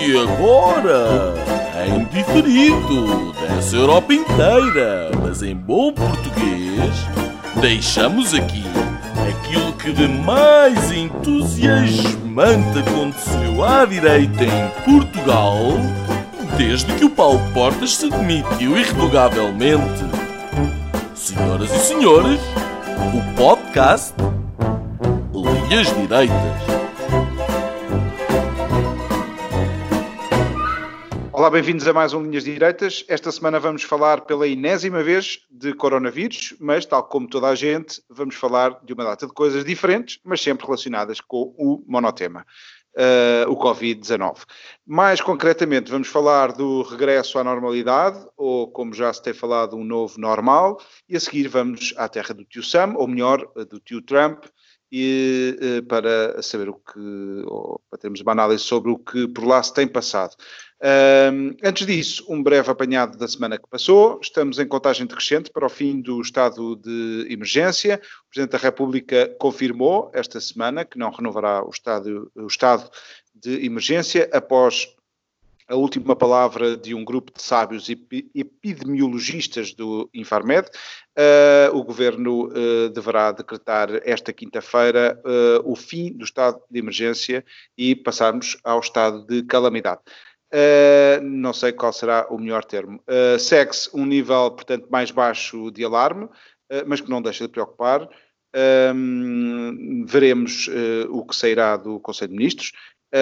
E agora, em diferido dessa Europa inteira, mas em bom português, deixamos aqui aquilo que de mais entusiasmante aconteceu à direita em Portugal desde que o Paulo Portas se demitiu irrevogavelmente. Senhoras e senhores, o podcast Linhas Direitas. Olá, bem-vindos a mais um Linhas Direitas. Esta semana vamos falar pela enésima vez de coronavírus, mas, tal como toda a gente, vamos falar de uma data de coisas diferentes, mas sempre relacionadas com o monotema, o Covid-19. Mais concretamente, vamos falar do regresso à normalidade, ou, como já se tem falado, um novo normal, e a seguir vamos à terra do tio Sam, ou melhor, do tio Trump, e para saber para termos uma análise sobre o que por lá se tem passado. Antes disso, um breve apanhado da semana que passou. Estamos em contagem decrescente para o fim do estado de emergência. O Presidente da República confirmou esta semana que não renovará o estado de emergência após a última palavra de um grupo de sábios epidemiologistas do Infarmed. O Governo deverá decretar esta quinta-feira o fim do estado de emergência e passarmos ao estado de calamidade. Não sei qual será o melhor termo. Segue-se um nível, portanto, mais baixo de alarme, mas que não deixa de preocupar. Veremos o que sairá do Conselho de Ministros.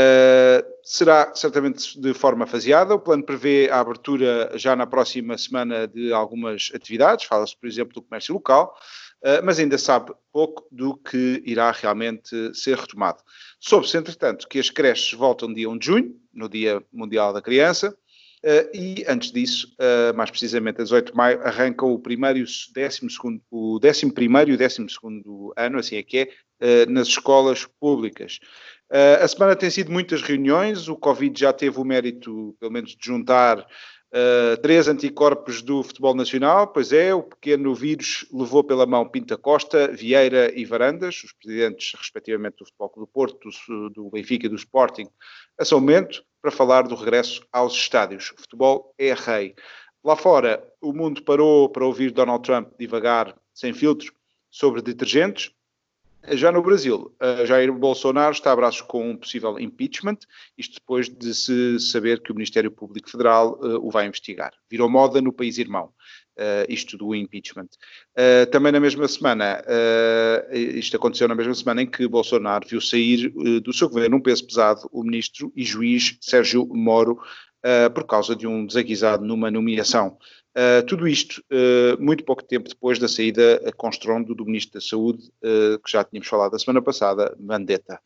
Será certamente de forma faseada. O plano prevê a abertura já na próxima semana de algumas atividades, fala-se, por exemplo, do comércio local, mas ainda sabe pouco do que irá realmente ser retomado. Soube-se, entretanto, que as creches voltam dia 1 de junho, no Dia Mundial da Criança, e antes disso, mais precisamente a 18 de maio, arrancam o 11º e o 12º ano, assim é que é, nas escolas públicas. A semana tem sido muitas reuniões. O Covid já teve o mérito, pelo menos, de juntar 3 anticorpos do futebol nacional. Pois é, o pequeno vírus levou pela mão Pinta Costa, Vieira e Varandas, os presidentes, respectivamente, do Futebol Clube do Porto, do Benfica e do Sporting, a São Bento, para falar do regresso aos estádios. O futebol é rei. Lá fora, o mundo parou para ouvir Donald Trump divagar, sem filtro, sobre detergentes. Já no Brasil, Jair Bolsonaro está a braços com um possível impeachment, isto depois de se saber que o Ministério Público Federal o vai investigar. Virou moda no país irmão, isto do impeachment. Também na mesma semana, isto aconteceu na mesma semana em que Bolsonaro viu sair do seu governo um peso pesado, o ministro e juiz Sérgio Moro, por causa de um desaguisado numa nomeação. Tudo isto muito pouco tempo depois da saída com estrondo do Ministro da Saúde, que já tínhamos falado a semana passada, Mandetta.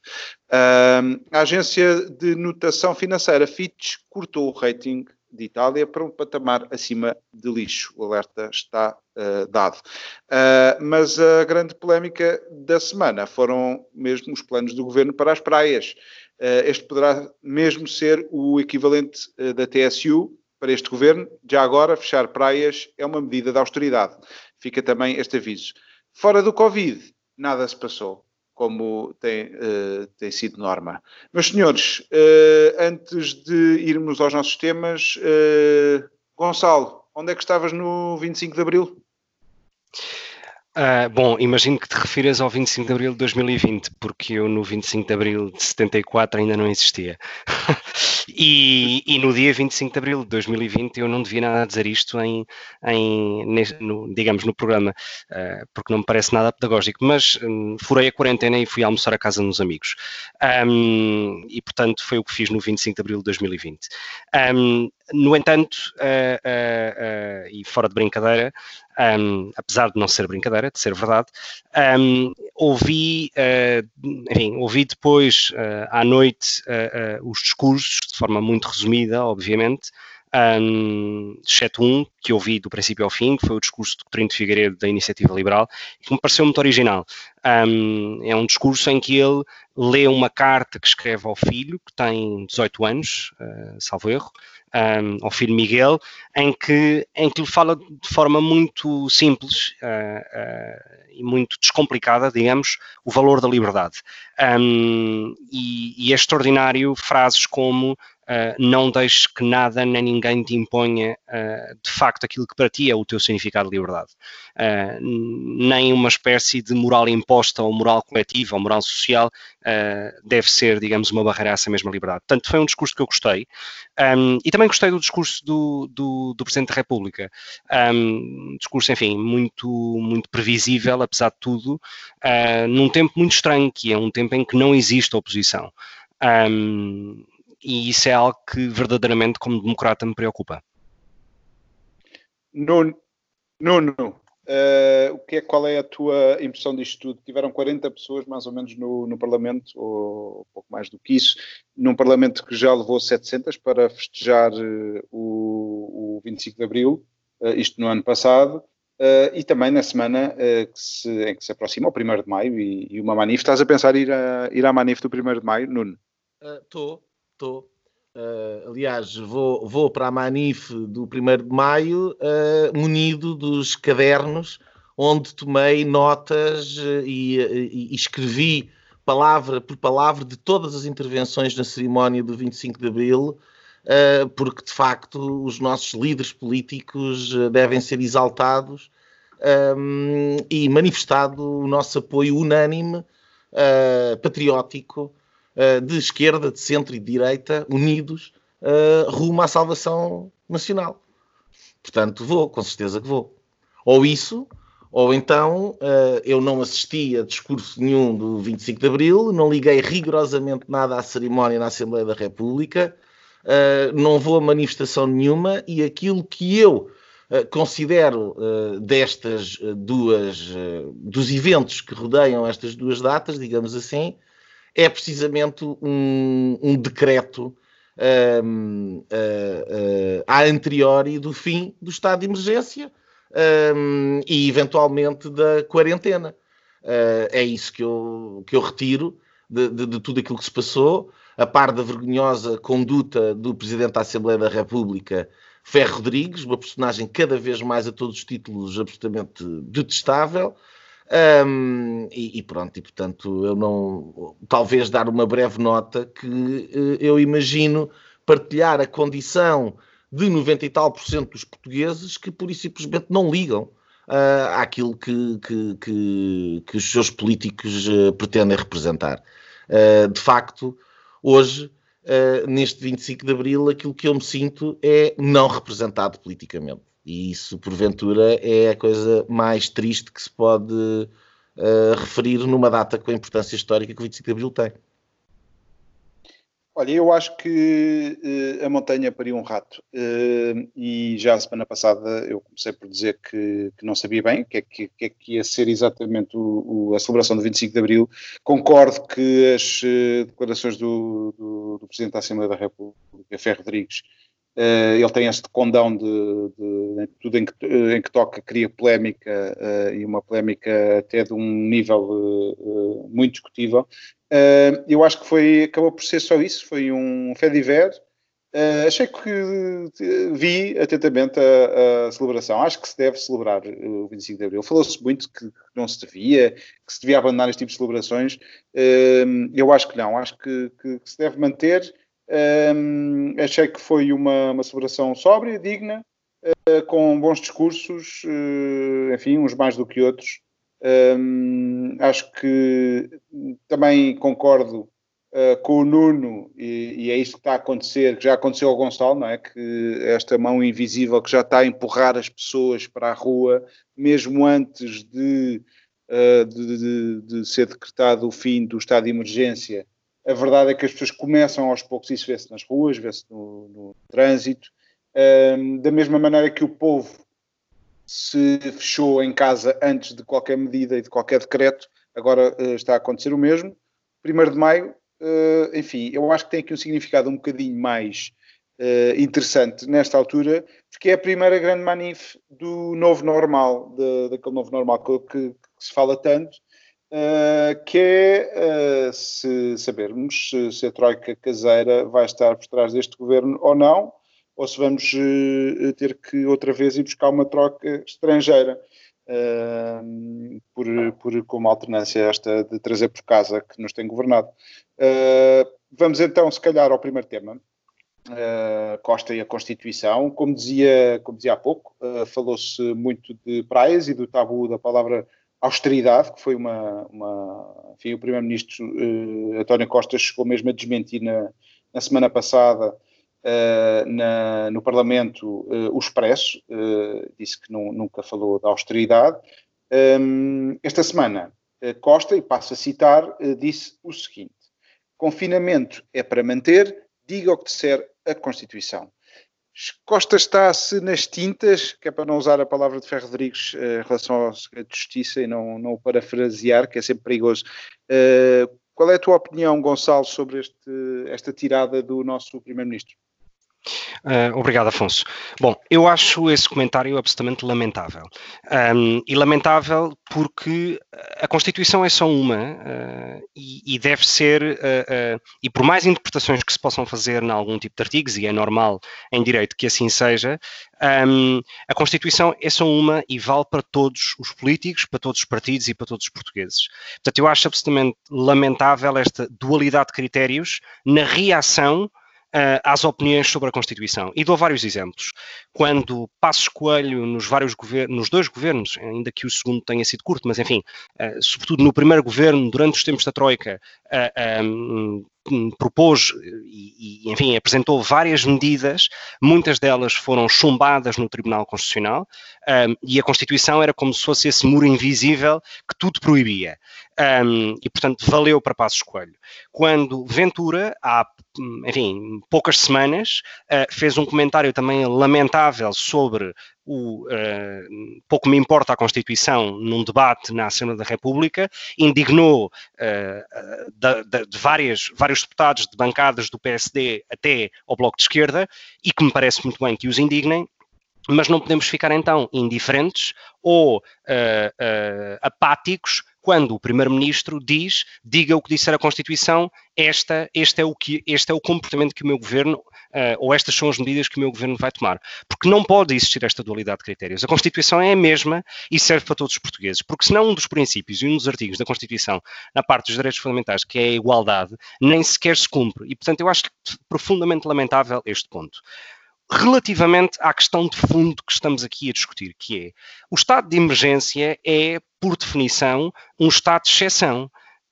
A agência de notação financeira Fitch cortou o rating de Itália para um patamar acima de lixo. O alerta está dado. Mas a grande polémica da semana foram mesmo os planos do governo para as praias. Este poderá mesmo ser o equivalente da TSU para este governo. Já agora, fechar praias é uma medida de austeridade. Fica também este aviso. Fora do Covid, nada se passou, como tem sido norma. Meus senhores, antes de irmos aos nossos temas, Gonçalo, onde é que estavas no 25 de Abril? Bom, imagino que te refiras ao 25 de Abril de 2020, porque eu no 25 de Abril de 74 ainda não existia. E no dia 25 de Abril de 2020 eu não devia nada dizer isto digamos, no programa, porque não me parece nada pedagógico, mas furei a quarentena e fui almoçar a casa dos amigos. E, portanto, foi o que fiz no 25 de Abril de 2020. No entanto, e fora de brincadeira, apesar de não ser brincadeira, de ser verdade, ouvi depois à noite os discursos, de forma muito resumida, obviamente, exceto um que ouvi do princípio ao fim, que foi o discurso de Coutinho de Figueiredo da Iniciativa Liberal, que me pareceu muito original. É um discurso em que ele lê uma carta que escreve ao filho, que tem 18 anos, salvo erro, ao filho Miguel, em que lhe fala de forma muito simples e muito descomplicada, digamos, o valor da liberdade. E é extraordinário frases como não deixes que nada nem ninguém te imponha de facto aquilo que para ti é o teu significado de liberdade. Nem uma espécie de moral imposta ou moral coletiva ou moral social deve ser, digamos, uma barreira a essa mesma liberdade. Portanto, foi um discurso que eu gostei. E também gostei do discurso do Presidente da República. Discurso, enfim, muito previsível, apesar de tudo, num tempo muito estranho, que é um tempo em que não existe oposição. E isso é algo que verdadeiramente, como democrata, me preocupa. Nuno, qual é a tua impressão disto tudo? Tiveram 40 pessoas mais ou menos no Parlamento, ou um pouco mais do que isso, num Parlamento que já levou 700 para festejar o 25 de Abril, isto no ano passado, e também na semana em que se aproxima o 1º de Maio e uma manif. Estás a pensar ir à manif do 1º de Maio, Nuno? Estou. Aliás, vou para a manif do 1º de Maio munido dos cadernos onde tomei notas e escrevi palavra por palavra de todas as intervenções na cerimónia do 25 de Abril, porque de facto os nossos líderes políticos devem ser exaltados e manifestado o nosso apoio unânime, patriótico, de esquerda, de centro e de direita, unidos, rumo à salvação nacional. Portanto, com certeza que vou. Ou isso, ou então eu não assisti a discurso nenhum do 25 de Abril, não liguei rigorosamente nada à cerimónia na Assembleia da República, não vou a manifestação nenhuma, e aquilo que eu considero destas dos eventos que rodeiam estas duas datas, digamos assim, é precisamente um decreto a anteriori do fim do estado de emergência e eventualmente da quarentena. É isso que eu retiro de tudo aquilo que se passou, a par da vergonhosa conduta do Presidente da Assembleia da República, Ferro Rodrigues, uma personagem cada vez mais a todos os títulos absolutamente detestável. E pronto, e portanto eu não, talvez dar uma breve nota que eu imagino partilhar a condição de 90 e tal % dos portugueses que pura e simplesmente não ligam àquilo que os seus políticos pretendem representar. De facto, hoje, neste 25 de Abril, aquilo que eu me sinto é não representado politicamente. E isso, porventura, é a coisa mais triste que se pode referir numa data com a importância histórica que o 25 de Abril tem. Olha, eu acho que a montanha pariu um rato. E já a semana passada eu comecei por dizer que não sabia bem o que é que ia ser exatamente a celebração do 25 de Abril. Concordo que as declarações do Presidente da Assembleia da República, Ferro Rodrigues, ele tem este condão de tudo em que toca, cria polémica, e uma polémica até de um nível muito discutível. Eu acho que acabou por ser só isso, foi um fait divers. Achei que vi atentamente a celebração. Acho que se deve celebrar o 25 de Abril. Falou-se muito que não se devia, que se devia abandonar este tipo de celebrações. Eu acho que não, acho que se deve manter. Achei que foi uma celebração sóbria, digna, com bons discursos, enfim, uns mais do que outros. Acho que também concordo com o Nuno, e é isto que está a acontecer, que já aconteceu ao Gonçalo, não é? Que esta mão invisível que já está a empurrar as pessoas para a rua, mesmo antes de ser decretado o fim do estado de emergência. A verdade é que as pessoas começam aos poucos, isso vê-se nas ruas, vê-se no trânsito, da mesma maneira que o povo se fechou em casa antes de qualquer medida e de qualquer decreto, agora está a acontecer o mesmo. 1º de Maio, enfim, eu acho que tem aqui um significado um bocadinho mais interessante nesta altura, porque é a primeira grande manif do novo normal, daquele novo normal que se fala tanto, que é se sabermos se a troika caseira vai estar por trás deste governo ou não, ou se vamos ter que outra vez ir buscar uma troca estrangeira, como alternância esta de trazer por casa que nos tem governado. Vamos então, se calhar, ao primeiro tema. Costa e a Constituição. Como dizia há pouco, falou-se muito de praias e do tabu da palavra austeridade, que foi enfim, o primeiro-ministro António Costa chegou mesmo a desmentir na semana passada no Parlamento o Expresso, disse que nunca falou da austeridade. Esta semana, Costa, e passo a citar, disse o seguinte: confinamento é para manter, diga o que disser a Constituição. Costa está-se nas tintas, que é para não usar a palavra de Ferro Rodrigues em relação ao segredo de justiça e não o parafrasear, que é sempre perigoso. Qual é a tua opinião, Gonçalo, sobre esta tirada do nosso Primeiro-Ministro? Obrigado, Afonso. Bom, eu acho esse comentário absolutamente lamentável. E lamentável porque a Constituição é só uma e deve ser, e por mais interpretações que se possam fazer em algum tipo de artigos, e é normal em direito que assim seja, a Constituição é só uma e vale para todos os políticos, para todos os partidos e para todos os portugueses. Portanto, eu acho absolutamente lamentável esta dualidade de critérios na reação às opiniões sobre a Constituição. E dou vários exemplos. Quando Passos Coelho, nos dois governos, ainda que o segundo tenha sido curto, mas enfim, sobretudo no primeiro governo, durante os tempos da Troika, propôs e, enfim, apresentou várias medidas, muitas delas foram chumbadas no Tribunal Constitucional, e a Constituição era como se fosse esse muro invisível que tudo proibia. E, portanto, valeu para Passos Coelho. Quando Ventura, há, enfim, poucas semanas, fez um comentário também lamentável sobre pouco me importa a Constituição num debate na Assembleia da República, indignou de vários deputados de bancadas do PSD até ao Bloco de Esquerda, e que me parece muito bem que os indignem, mas não podemos ficar então indiferentes ou apáticos quando o Primeiro-Ministro diga o que disser a Constituição, este é o comportamento que o meu governo, ou estas são as medidas que o meu governo vai tomar. Porque não pode existir esta dualidade de critérios. A Constituição é a mesma e serve para todos os portugueses. Porque senão um dos princípios e um dos artigos da Constituição, na parte dos direitos fundamentais, que é a igualdade, nem sequer se cumpre. E, portanto, eu acho profundamente lamentável este ponto. Relativamente à questão de fundo que estamos aqui a discutir, que é o estado de emergência é, por definição, um estado de exceção.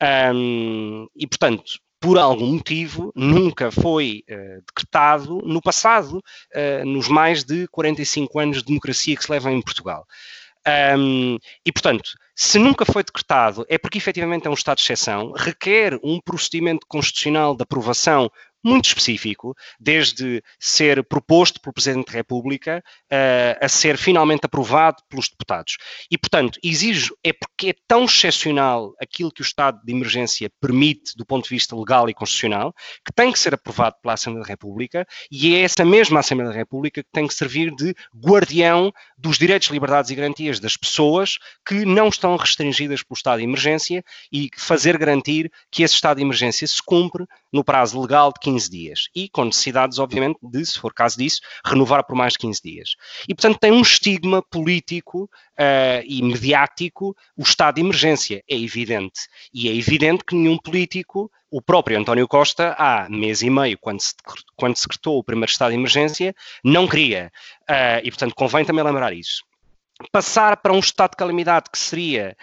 E, portanto, por algum motivo, nunca foi decretado no passado, nos mais de 45 anos de democracia que se levam em Portugal. E, portanto, se nunca foi decretado, é porque efetivamente é um estado de exceção, requer um procedimento constitucional de aprovação muito específico, desde ser proposto pelo Presidente da República a ser finalmente aprovado pelos deputados. E, portanto, é porque é tão excepcional aquilo que o estado de emergência permite do ponto de vista legal e constitucional, que tem que ser aprovado pela Assembleia da República, e é essa mesma Assembleia da República que tem que servir de guardião dos direitos, liberdades e garantias das pessoas que não estão restringidas pelo estado de emergência e fazer garantir que esse estado de emergência se cumpre no prazo legal de 15 dias e com necessidades, obviamente, de, se for caso disso, renovar por mais de 15 dias. E, portanto, tem um estigma político e mediático o estado de emergência, é evidente. E é evidente que nenhum político, o próprio António Costa, há mês e meio, quando se decretou o primeiro estado de emergência, não queria. E, portanto, convém também lembrar isso. Passar para um estado de calamidade que seria,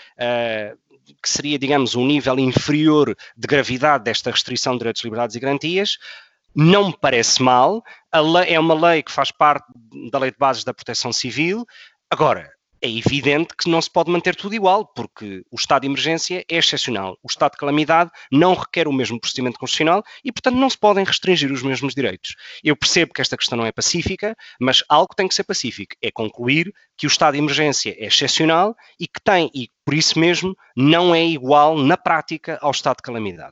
digamos, um nível inferior de gravidade desta restrição de direitos, liberdades e garantias, não me parece mal. É uma lei que faz parte da Lei de Bases da Proteção Civil. Agora, é evidente que não se pode manter tudo igual, porque o estado de emergência é excepcional. O estado de calamidade não requer o mesmo procedimento constitucional e, portanto, não se podem restringir os mesmos direitos. Eu percebo que esta questão não é pacífica, mas algo tem que ser pacífico. É concluir que o estado de emergência é excepcional e por isso mesmo, não é igual na prática ao estado de calamidade.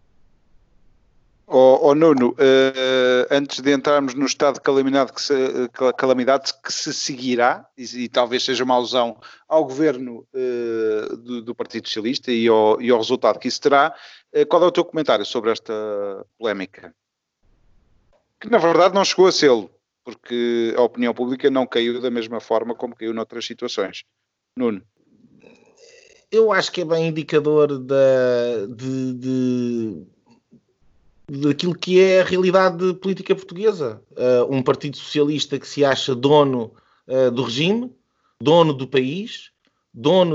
Nuno, antes de entrarmos no estado de calamidade que se seguirá, e talvez seja uma alusão ao governo do Partido Socialista e ao resultado que isso terá, qual é o teu comentário sobre esta polémica? Que na verdade não chegou a sê-lo, porque a opinião pública não caiu da mesma forma como caiu noutras situações. Nuno? Eu acho que é bem indicador daquilo que é a realidade política portuguesa. Um partido socialista que se acha dono do regime, dono do país, dono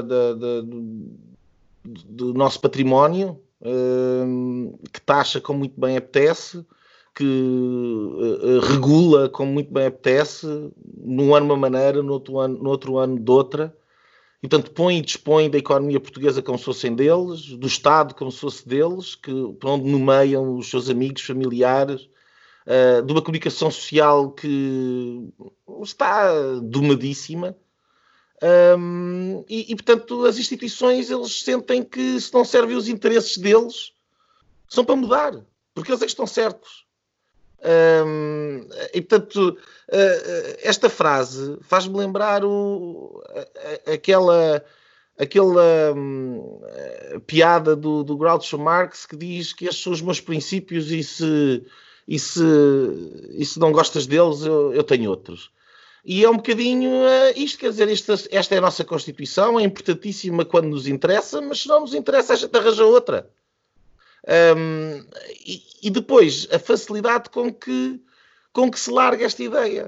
do nosso património, que taxa como muito bem apetece, que regula como muito bem apetece, num ano de uma maneira, no outro ano de outra, e portanto põe e dispõe da economia portuguesa como se fossem deles, do Estado como se fosse deles, para onde nomeiam os seus amigos, familiares, de uma comunicação social que está domadíssima. Portanto, as instituições, eles sentem que se não servem os interesses deles, são para mudar, porque eles é que estão certos. Portanto, esta frase faz-me lembrar aquela piada do Groucho Marx, que diz que estes são os meus princípios e se não gostas deles, eu tenho outros. E é um bocadinho isto, quer dizer, esta é a nossa Constituição, é importantíssima quando nos interessa, mas se não nos interessa, a gente arranja outra. E depois, a facilidade com que se larga esta ideia.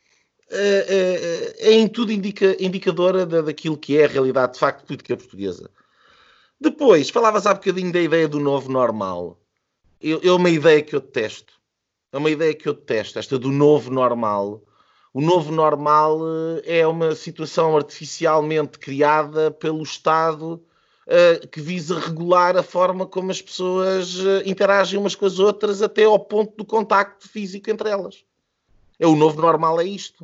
É em tudo indicadora daquilo que é a realidade, de facto, política portuguesa. Depois, falavas há bocadinho da ideia do novo normal. É uma ideia que eu detesto. Esta do novo normal. O novo normal é uma situação artificialmente criada pelo Estado que visa regular a forma como as pessoas interagem umas com as outras até ao ponto do contacto físico entre elas. O novo normal é isto.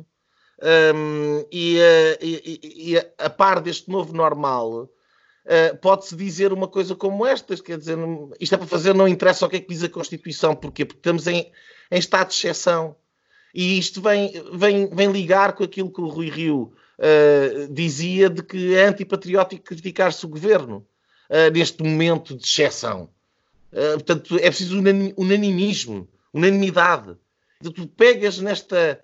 A par deste novo normal, pode-se dizer uma coisa como estas, quer dizer, isto é para fazer, não interessa o que é que diz a Constituição. Porquê? Porque estamos em estado de exceção. E isto vem ligar com aquilo que o Rui Rio dizia, de que é antipatriótico criticar-se o governo neste momento de exceção. Portanto, é preciso unanimidade. Tu pegas nesta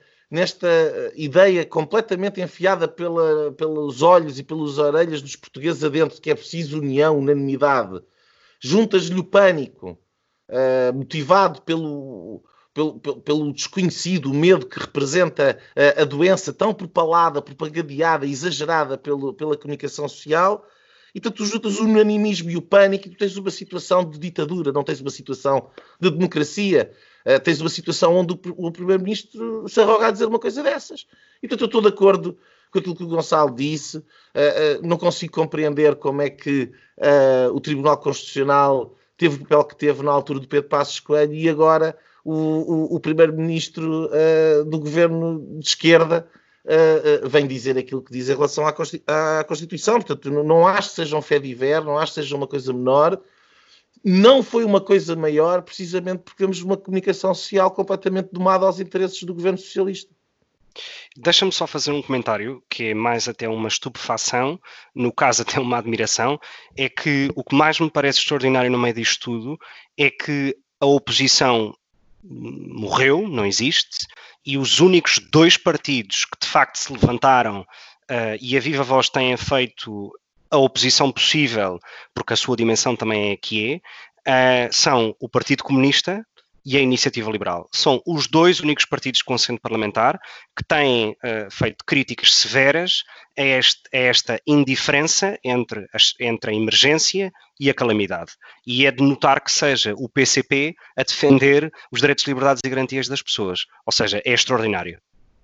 ideia completamente enfiada pelos olhos e pelas orelhas dos portugueses adentro, que é preciso união, unanimidade. Juntas-lhe o pânico, motivado pelo desconhecido, o medo que representa a doença tão propalada, propagandeada, exagerada pela comunicação social, e portanto tu juntas o unanimismo e o pânico e tu tens uma situação de ditadura, não tens uma situação de democracia, tens uma situação onde o Primeiro-Ministro se arroga a dizer uma coisa dessas. E portanto eu estou de acordo com aquilo que o Gonçalo disse, não consigo compreender como é que o Tribunal Constitucional teve o papel que teve na altura do Pedro Passos Coelho e agora o primeiro-ministro do governo de esquerda vem dizer aquilo que diz em relação à Constituição. Portanto, não acho que seja um fé diver, não acho que seja uma coisa menor. Não foi uma coisa maior, precisamente porque temos uma comunicação social completamente domada aos interesses do governo socialista. Deixa-me só fazer um comentário, que é mais até uma estupefação, no caso até uma admiração, é que o que mais me parece extraordinário no meio disto tudo é que a oposição morreu, não existe, e os únicos dois partidos que de facto se levantaram e a viva voz têm feito a oposição possível, porque a sua dimensão também é que são o Partido Comunista e a Iniciativa Liberal. São os dois únicos partidos com assento parlamentar que têm feito críticas severas a esta indiferença entre a emergência e a calamidade. E é de notar que seja o PCP a defender os direitos, liberdades e garantias das pessoas. Ou seja, é extraordinário.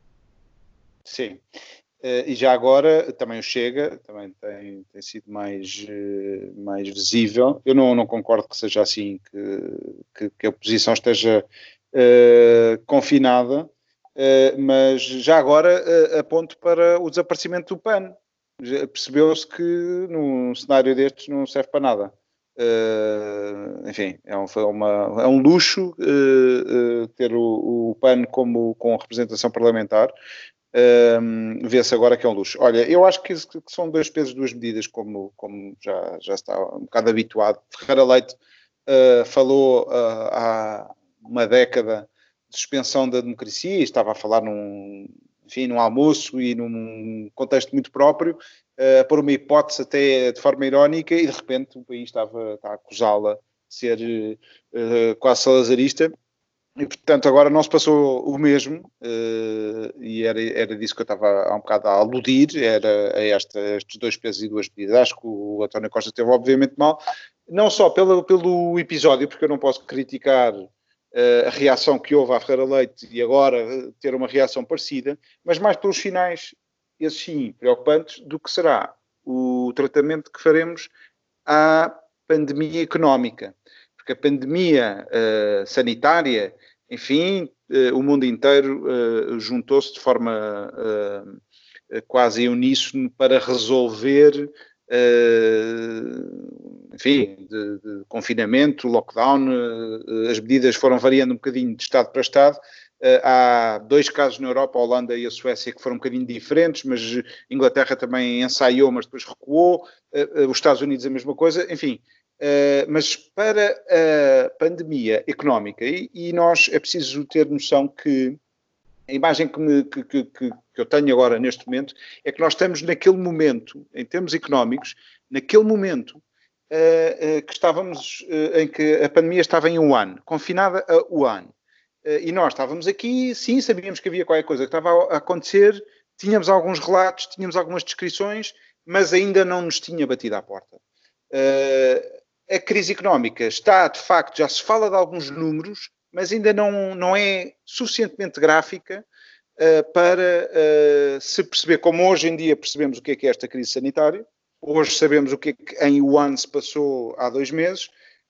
Sim. E já agora, também o Chega, também tem sido mais visível. Eu não concordo que seja assim, que a oposição esteja confinada, mas já agora aponto para o desaparecimento do PAN. Percebeu-se que num cenário destes não serve para nada. Enfim, é um luxo ter o PAN com representação parlamentar. Vê-se agora que é um luxo. Olha, eu acho que são dois pesos, duas medidas, como já está um bocado habituado. Ferreira Leite falou há uma década de suspensão da democracia e estava a falar num almoço e num contexto muito próprio, por uma hipótese até de forma irónica, e de repente o país está a acusá-la ser quase salazarista. E, portanto, agora não se passou o mesmo, e era disso que eu estava há um bocado a aludir, era a estes 2 pesos e 2 medidas. Acho que o António Costa teve obviamente mal, não só pelo episódio, porque eu não posso criticar a reação que houve à Ferreira Leite e agora ter uma reação parecida, mas mais pelos finais, esses sim, preocupantes, do que será o tratamento que faremos à pandemia económica. Porque a pandemia sanitária, enfim, o mundo inteiro juntou-se de forma quase uníssono para resolver, enfim, de confinamento, lockdown. As medidas foram variando um bocadinho de Estado para Estado. Há 2 casos na Europa, a Holanda e a Suécia, que foram um bocadinho diferentes, mas a Inglaterra também ensaiou, mas depois recuou. Os Estados Unidos a mesma coisa, enfim. Mas para a pandemia económica, e nós é preciso ter noção que a imagem que eu tenho agora neste momento é que nós estamos naquele momento, em termos económicos, naquele momento que estávamos, em que a pandemia estava em Wuhan, confinada a Wuhan. E nós estávamos aqui, sim, sabíamos que havia qualquer coisa que estava a acontecer, tínhamos alguns relatos, tínhamos algumas descrições, mas ainda não nos tinha batido à porta. A crise económica está, de facto, já se fala de alguns números, mas ainda não é suficientemente gráfica para se perceber, como hoje em dia percebemos o que é esta crise sanitária. Hoje sabemos o que é que em Wuhan se passou há 2 meses.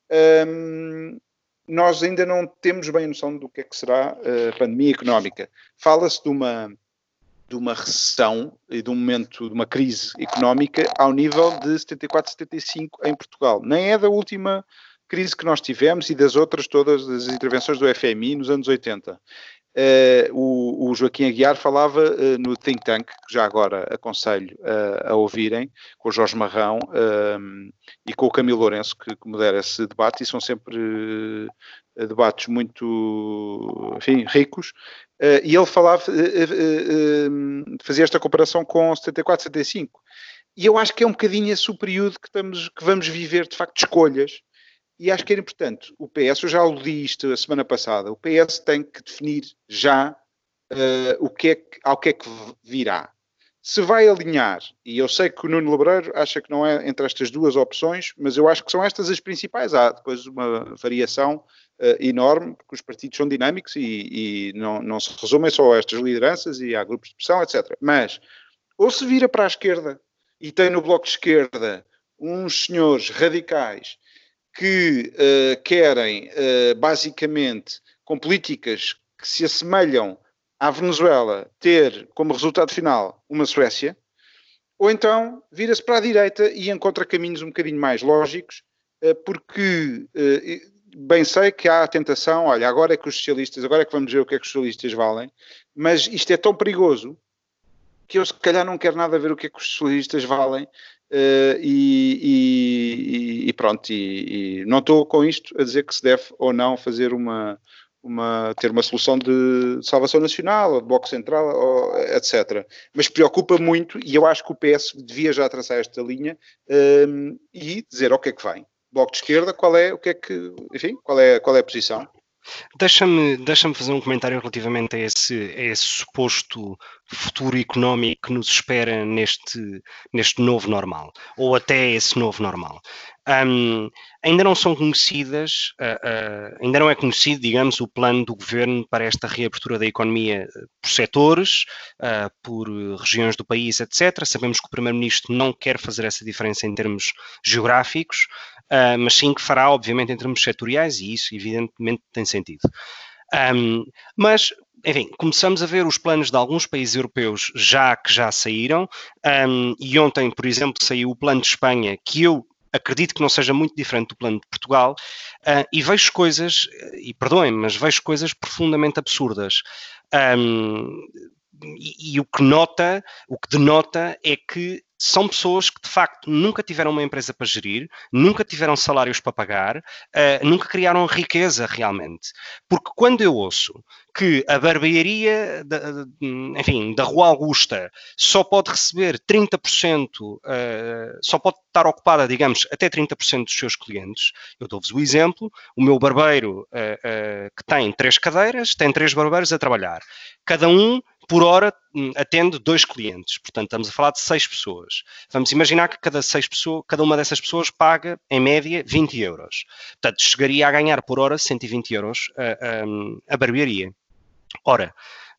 Nós ainda não temos bem a noção do que é que será a pandemia económica. Fala-se de uma recessão e de um momento, de uma crise económica ao nível de 74, 75 em Portugal. Nem é da última crise que nós tivemos e das outras todas, das intervenções do FMI nos anos 80. O Joaquim Aguiar falava no Think Tank, que já agora aconselho a ouvirem, com o Jorge Marrão e com o Camilo Lourenço, que modera esse debate, e são sempre debates muito, enfim, ricos. E ele falava, fazia esta comparação com 74, 75. E eu acho que é um bocadinho esse o período que vamos viver, de facto, de escolhas. E acho que era importante. O PS, eu já aludi isto a semana passada, o PS tem que definir já ao que é que virá. Se vai alinhar, e eu sei que o Nuno Lebreiro acha que não é entre estas 2 opções, mas eu acho que são estas as principais. Há depois uma variação enorme, porque os partidos são dinâmicos e não se resumem só a estas lideranças e há grupos de pressão, etc. Mas, ou se vira para a esquerda e tem no Bloco de Esquerda uns senhores radicais que querem, basicamente, com políticas que se assemelham à Venezuela, ter como resultado final uma Suécia, ou então vira-se para a direita e encontra caminhos um bocadinho mais lógicos, porque bem sei que há a tentação, olha, agora é que os socialistas, agora é que vamos ver o que é que os socialistas valem, mas isto é tão perigoso que eu se calhar não quero nada ver o que é que os socialistas valem. E pronto, e não estou com isto a dizer que se deve ou não fazer ter uma solução de salvação nacional ou de bloco central, etc. Mas preocupa muito, e eu acho que o PS devia já traçar esta linha e dizer ao que é que vem. Bloco de Esquerda, qual é a posição? Deixa-me fazer um comentário relativamente a esse suposto futuro económico que nos espera neste novo normal, ou até esse novo normal. Ainda não são conhecidas, ainda não é conhecido, digamos, o plano do governo para esta reabertura da economia por setores, por regiões do país, etc. Sabemos que o Primeiro-Ministro não quer fazer essa diferença em termos geográficos, mas sim que fará, obviamente, em termos setoriais, e isso, evidentemente, tem sentido. Mas, enfim, começamos a ver os planos de alguns países europeus que já saíram, e ontem, por exemplo, saiu o plano de Espanha, que eu acredito que não seja muito diferente do plano de Portugal, e vejo coisas, e perdoem-me, mas vejo coisas profundamente absurdas. E o que denota é que são pessoas que, de facto, nunca tiveram uma empresa para gerir, nunca tiveram salários para pagar, nunca criaram riqueza realmente. Porque quando eu ouço que a barbearia, da Rua Augusta só pode receber 30%, só pode estar ocupada, digamos, até 30% dos seus clientes, eu dou-vos o exemplo, o meu barbeiro, que tem 3 cadeiras, tem 3 barbeiros a trabalhar. Cada um, por hora, atende 2 clientes. Portanto, estamos a falar de 6 pessoas. Vamos imaginar que cada uma dessas pessoas paga, em média, 20 euros. Portanto, chegaria a ganhar por hora 120 euros a barbearia. Ora,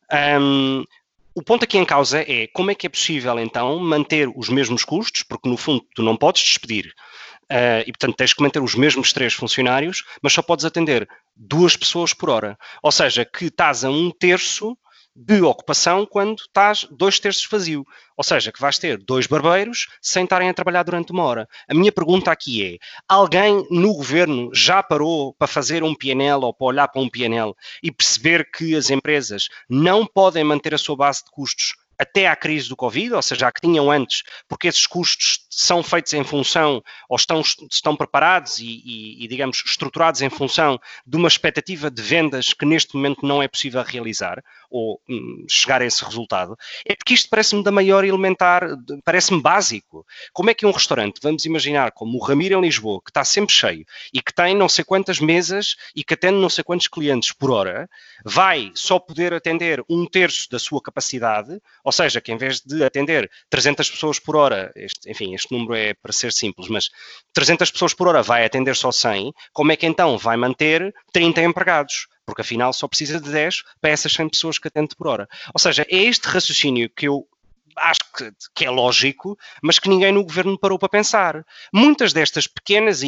o ponto aqui em causa é como é que é possível, então, manter os mesmos custos, porque, no fundo, tu não podes despedir. E, portanto, tens que manter os mesmos 3 funcionários, mas só podes atender 2 pessoas por hora. Ou seja, que estás a 1/3 de ocupação quando estás 2/3 vazio. Ou seja, que vais ter 2 barbeiros sem estarem a trabalhar durante 1 hora. A minha pergunta aqui é, alguém no governo já parou para fazer um PNL ou para olhar para um PNL e perceber que as empresas não podem manter a sua base de custos até à crise do Covid, ou seja, a que tinham antes, porque esses custos são feitos em função, ou estão preparados e, digamos, estruturados em função de uma expectativa de vendas que neste momento não é possível realizar, ou chegar a esse resultado. É porque isto parece-me da maior elementar, parece-me básico. Como é que um restaurante, vamos imaginar, como o Ramiro em Lisboa, que está sempre cheio, e que tem não sei quantas mesas e que atende não sei quantos clientes por hora, vai só poder atender 1/3 da sua capacidade, ou seja, que em vez de atender 300 pessoas por hora, este número é para ser simples, mas 300 pessoas por hora vai atender só 100, como é que então vai manter 30 empregados? Porque afinal só precisa de 10 para essas 100 pessoas que atende por hora. Ou seja, é este raciocínio que eu acho que é lógico, mas que ninguém no governo parou para pensar. Muitas destas pequenas e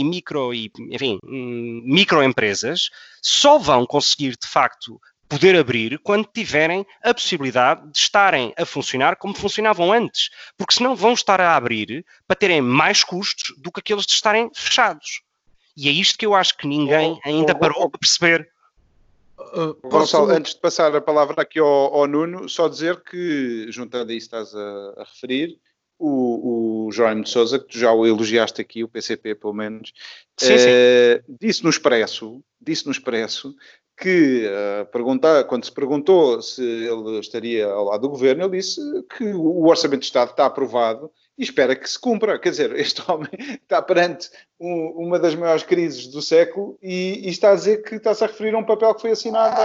microempresas só vão conseguir, de facto, poder abrir quando tiverem a possibilidade de estarem a funcionar como funcionavam antes. Porque senão vão estar a abrir para terem mais custos do que aqueles de estarem fechados. E é isto que eu acho que ninguém ainda parou para perceber. Gonçalo, antes de passar a palavra aqui ao Nuno, só dizer que, juntando a isso que estás a referir, o Jerónimo de Sousa, que tu já o elogiaste aqui, o PCP pelo menos, disse no Expresso que, quando se perguntou se ele estaria ao lado do governo, ele disse que o Orçamento de Estado está aprovado e espera que se cumpra. Quer dizer, este homem está perante uma das maiores crises do século e está a dizer que está-se a referir a um papel que foi assinado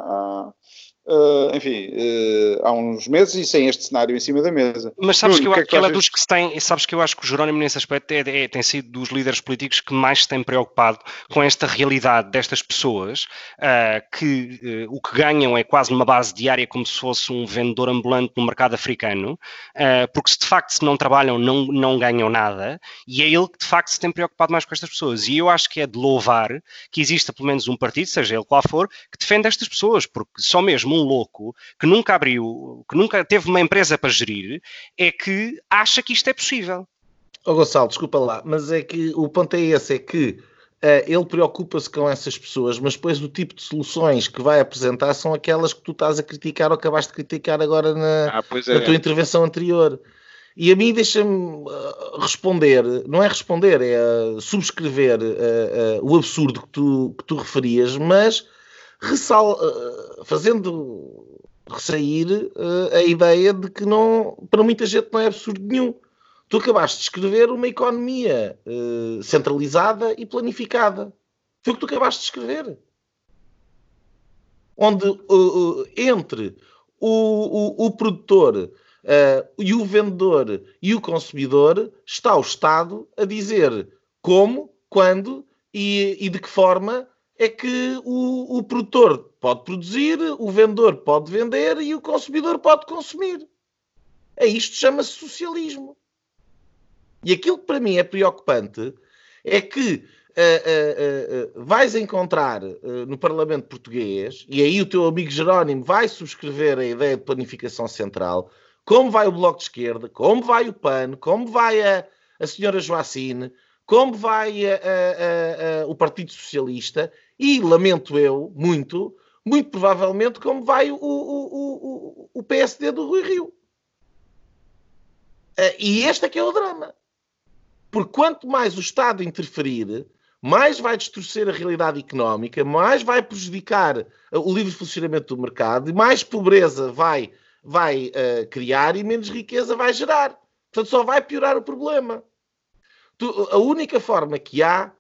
há uns meses e sem este cenário em cima da mesa. Mas sabes que eu acho que ela é dos que se tem, sabes que eu acho que o Jerónimo nesse aspecto tem sido dos líderes políticos que mais se tem preocupado com esta realidade destas pessoas, que o que ganham é quase numa base diária como se fosse um vendedor ambulante no mercado africano, porque se de facto se não trabalham não ganham nada, e é ele que de facto se tem preocupado mais com estas pessoas. E eu acho que é de louvar que exista pelo menos um partido, seja ele qual for, que defenda estas pessoas, porque só mesmo um louco que nunca abriu, que nunca teve uma empresa para gerir, é que acha que isto é possível. Gonçalo, desculpa lá, mas é que o ponto é esse, é que ele preocupa-se com essas pessoas, mas depois o tipo de soluções que vai apresentar são aquelas que tu estás a criticar ou acabaste de criticar agora na tua intervenção anterior. E a mim deixa-me responder, não é responder, é subscrever o absurdo que tu referias, mas fazendo ressair a ideia de que para muita gente não é absurdo nenhum. Tu acabaste de escrever uma economia centralizada e planificada. Foi o que tu acabaste de escrever. Onde entre o produtor e o vendedor e o consumidor está o Estado a dizer como, quando e de que forma é que o produtor pode produzir, o vendedor pode vender e o consumidor pode consumir. Isto chama-se socialismo. E aquilo que para mim é preocupante é que vais encontrar no Parlamento Português, e aí o teu amigo Jerónimo vai subscrever a ideia de planificação central, como vai o Bloco de Esquerda, como vai o PAN, como vai a senhora Joacine, como vai o Partido Socialista e, lamento eu, muito provavelmente, como vai o PSD do Rui Rio. E este é que é o drama. Porque quanto mais o Estado interferir, mais vai distorcer a realidade económica, mais vai prejudicar o livre funcionamento do mercado, e mais pobreza vai criar e menos riqueza vai gerar. Portanto, só vai piorar o problema. A única forma que há,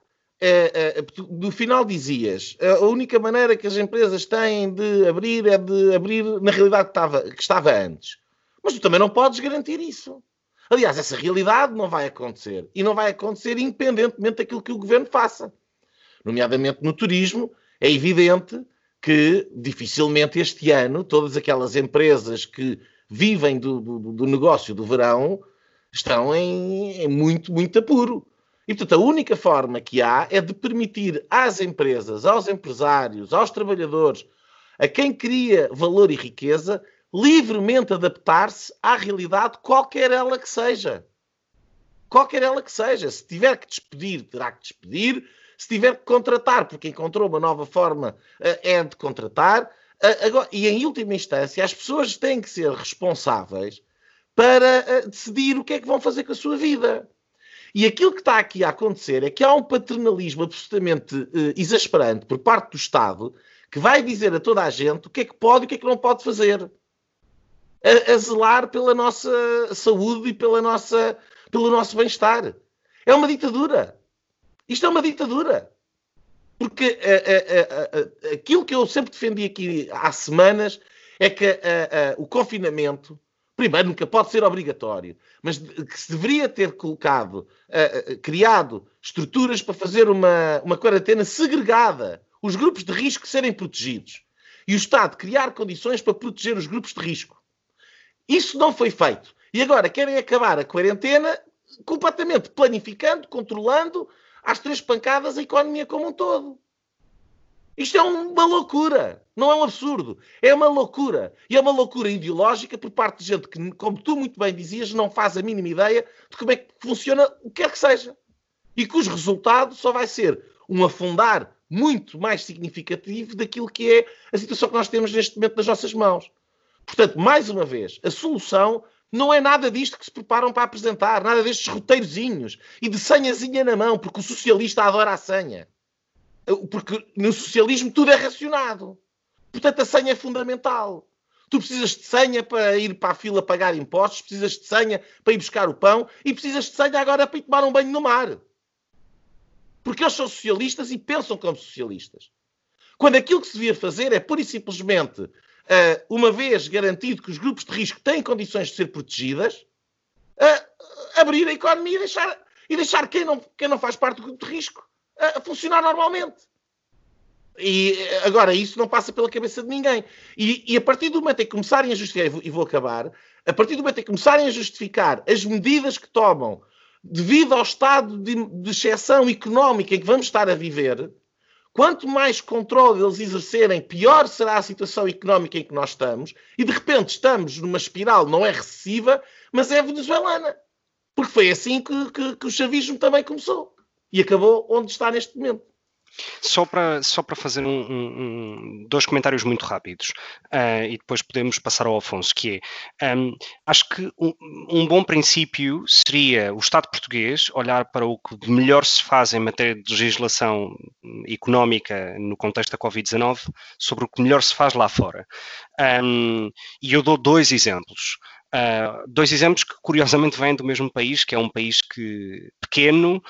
no final dizias, a única maneira que as empresas têm de abrir é de abrir na realidade que estava antes. Mas tu também não podes garantir isso. Aliás, essa realidade não vai acontecer. E não vai acontecer independentemente daquilo que o governo faça. Nomeadamente no turismo, é evidente que dificilmente este ano todas aquelas empresas que vivem do negócio do verão estão em muito apuro. E, portanto, a única forma que há é de permitir às empresas, aos empresários, aos trabalhadores, a quem cria valor e riqueza, livremente adaptar-se à realidade, qualquer ela que seja. Qualquer ela que seja. Se tiver que despedir, terá que despedir. Se tiver que contratar, porque encontrou uma nova forma, é de contratar. E, em última instância, as pessoas têm que ser responsáveis para decidir o que é que vão fazer com a sua vida. E aquilo que está aqui a acontecer é que há um paternalismo absolutamente exasperante por parte do Estado que vai dizer a toda a gente o que é que pode e o que é que não pode fazer. A zelar pela nossa saúde e pelo nosso bem-estar. É uma ditadura. Isto é uma ditadura. Porque aquilo que eu sempre defendi aqui há semanas é que o confinamento, primeiro, nunca pode ser obrigatório, mas que se deveria ter criado estruturas para fazer uma quarentena segregada, os grupos de risco serem protegidos e o Estado criar condições para proteger os grupos de risco. Isso não foi feito. E agora querem acabar a quarentena completamente planificando, controlando às 3 pancadas a economia como um todo. Isto é uma loucura. Não é um absurdo. É uma loucura. E é uma loucura ideológica por parte de gente que, como tu muito bem dizias, não faz a mínima ideia de como é que funciona o que quer que seja. E cujo resultado só vai ser um afundar muito mais significativo daquilo que é a situação que nós temos neste momento nas nossas mãos. Portanto, mais uma vez, a solução não é nada disto que se preparam para apresentar, nada destes roteirozinhos e de senhazinha na mão, porque o socialista adora a senha. Porque no socialismo tudo é racionado. Portanto, a senha é fundamental. Tu precisas de senha para ir para a fila pagar impostos, precisas de senha para ir buscar o pão e precisas de senha agora para ir tomar um banho no mar. Porque eles são socialistas e pensam como socialistas. Quando aquilo que se devia fazer é pura e simplesmente, uma vez garantido que os grupos de risco têm condições de ser protegidas, abrir a economia e deixar quem não faz parte do grupo de risco a funcionar normalmente. E agora, isso não passa pela cabeça de ninguém. E a partir do momento em que começarem a justificar, e vou acabar, a partir do momento em que começarem a justificar as medidas que tomam devido ao estado de exceção económica em que vamos estar a viver, quanto mais controle eles exercerem, pior será a situação económica em que nós estamos, e de repente estamos numa espiral, não é recessiva, mas é venezuelana. Porque foi assim que o chavismo também começou. E acabou onde está neste momento. Só para fazer dois comentários muito rápidos e depois podemos passar ao Afonso, que é, acho que um bom princípio seria o Estado português olhar para o que de melhor se faz em matéria de legislação económica no contexto da Covid-19 sobre o que melhor se faz lá fora. E eu dou dois exemplos. Dois exemplos que curiosamente vêm do mesmo país, que é um país pequeno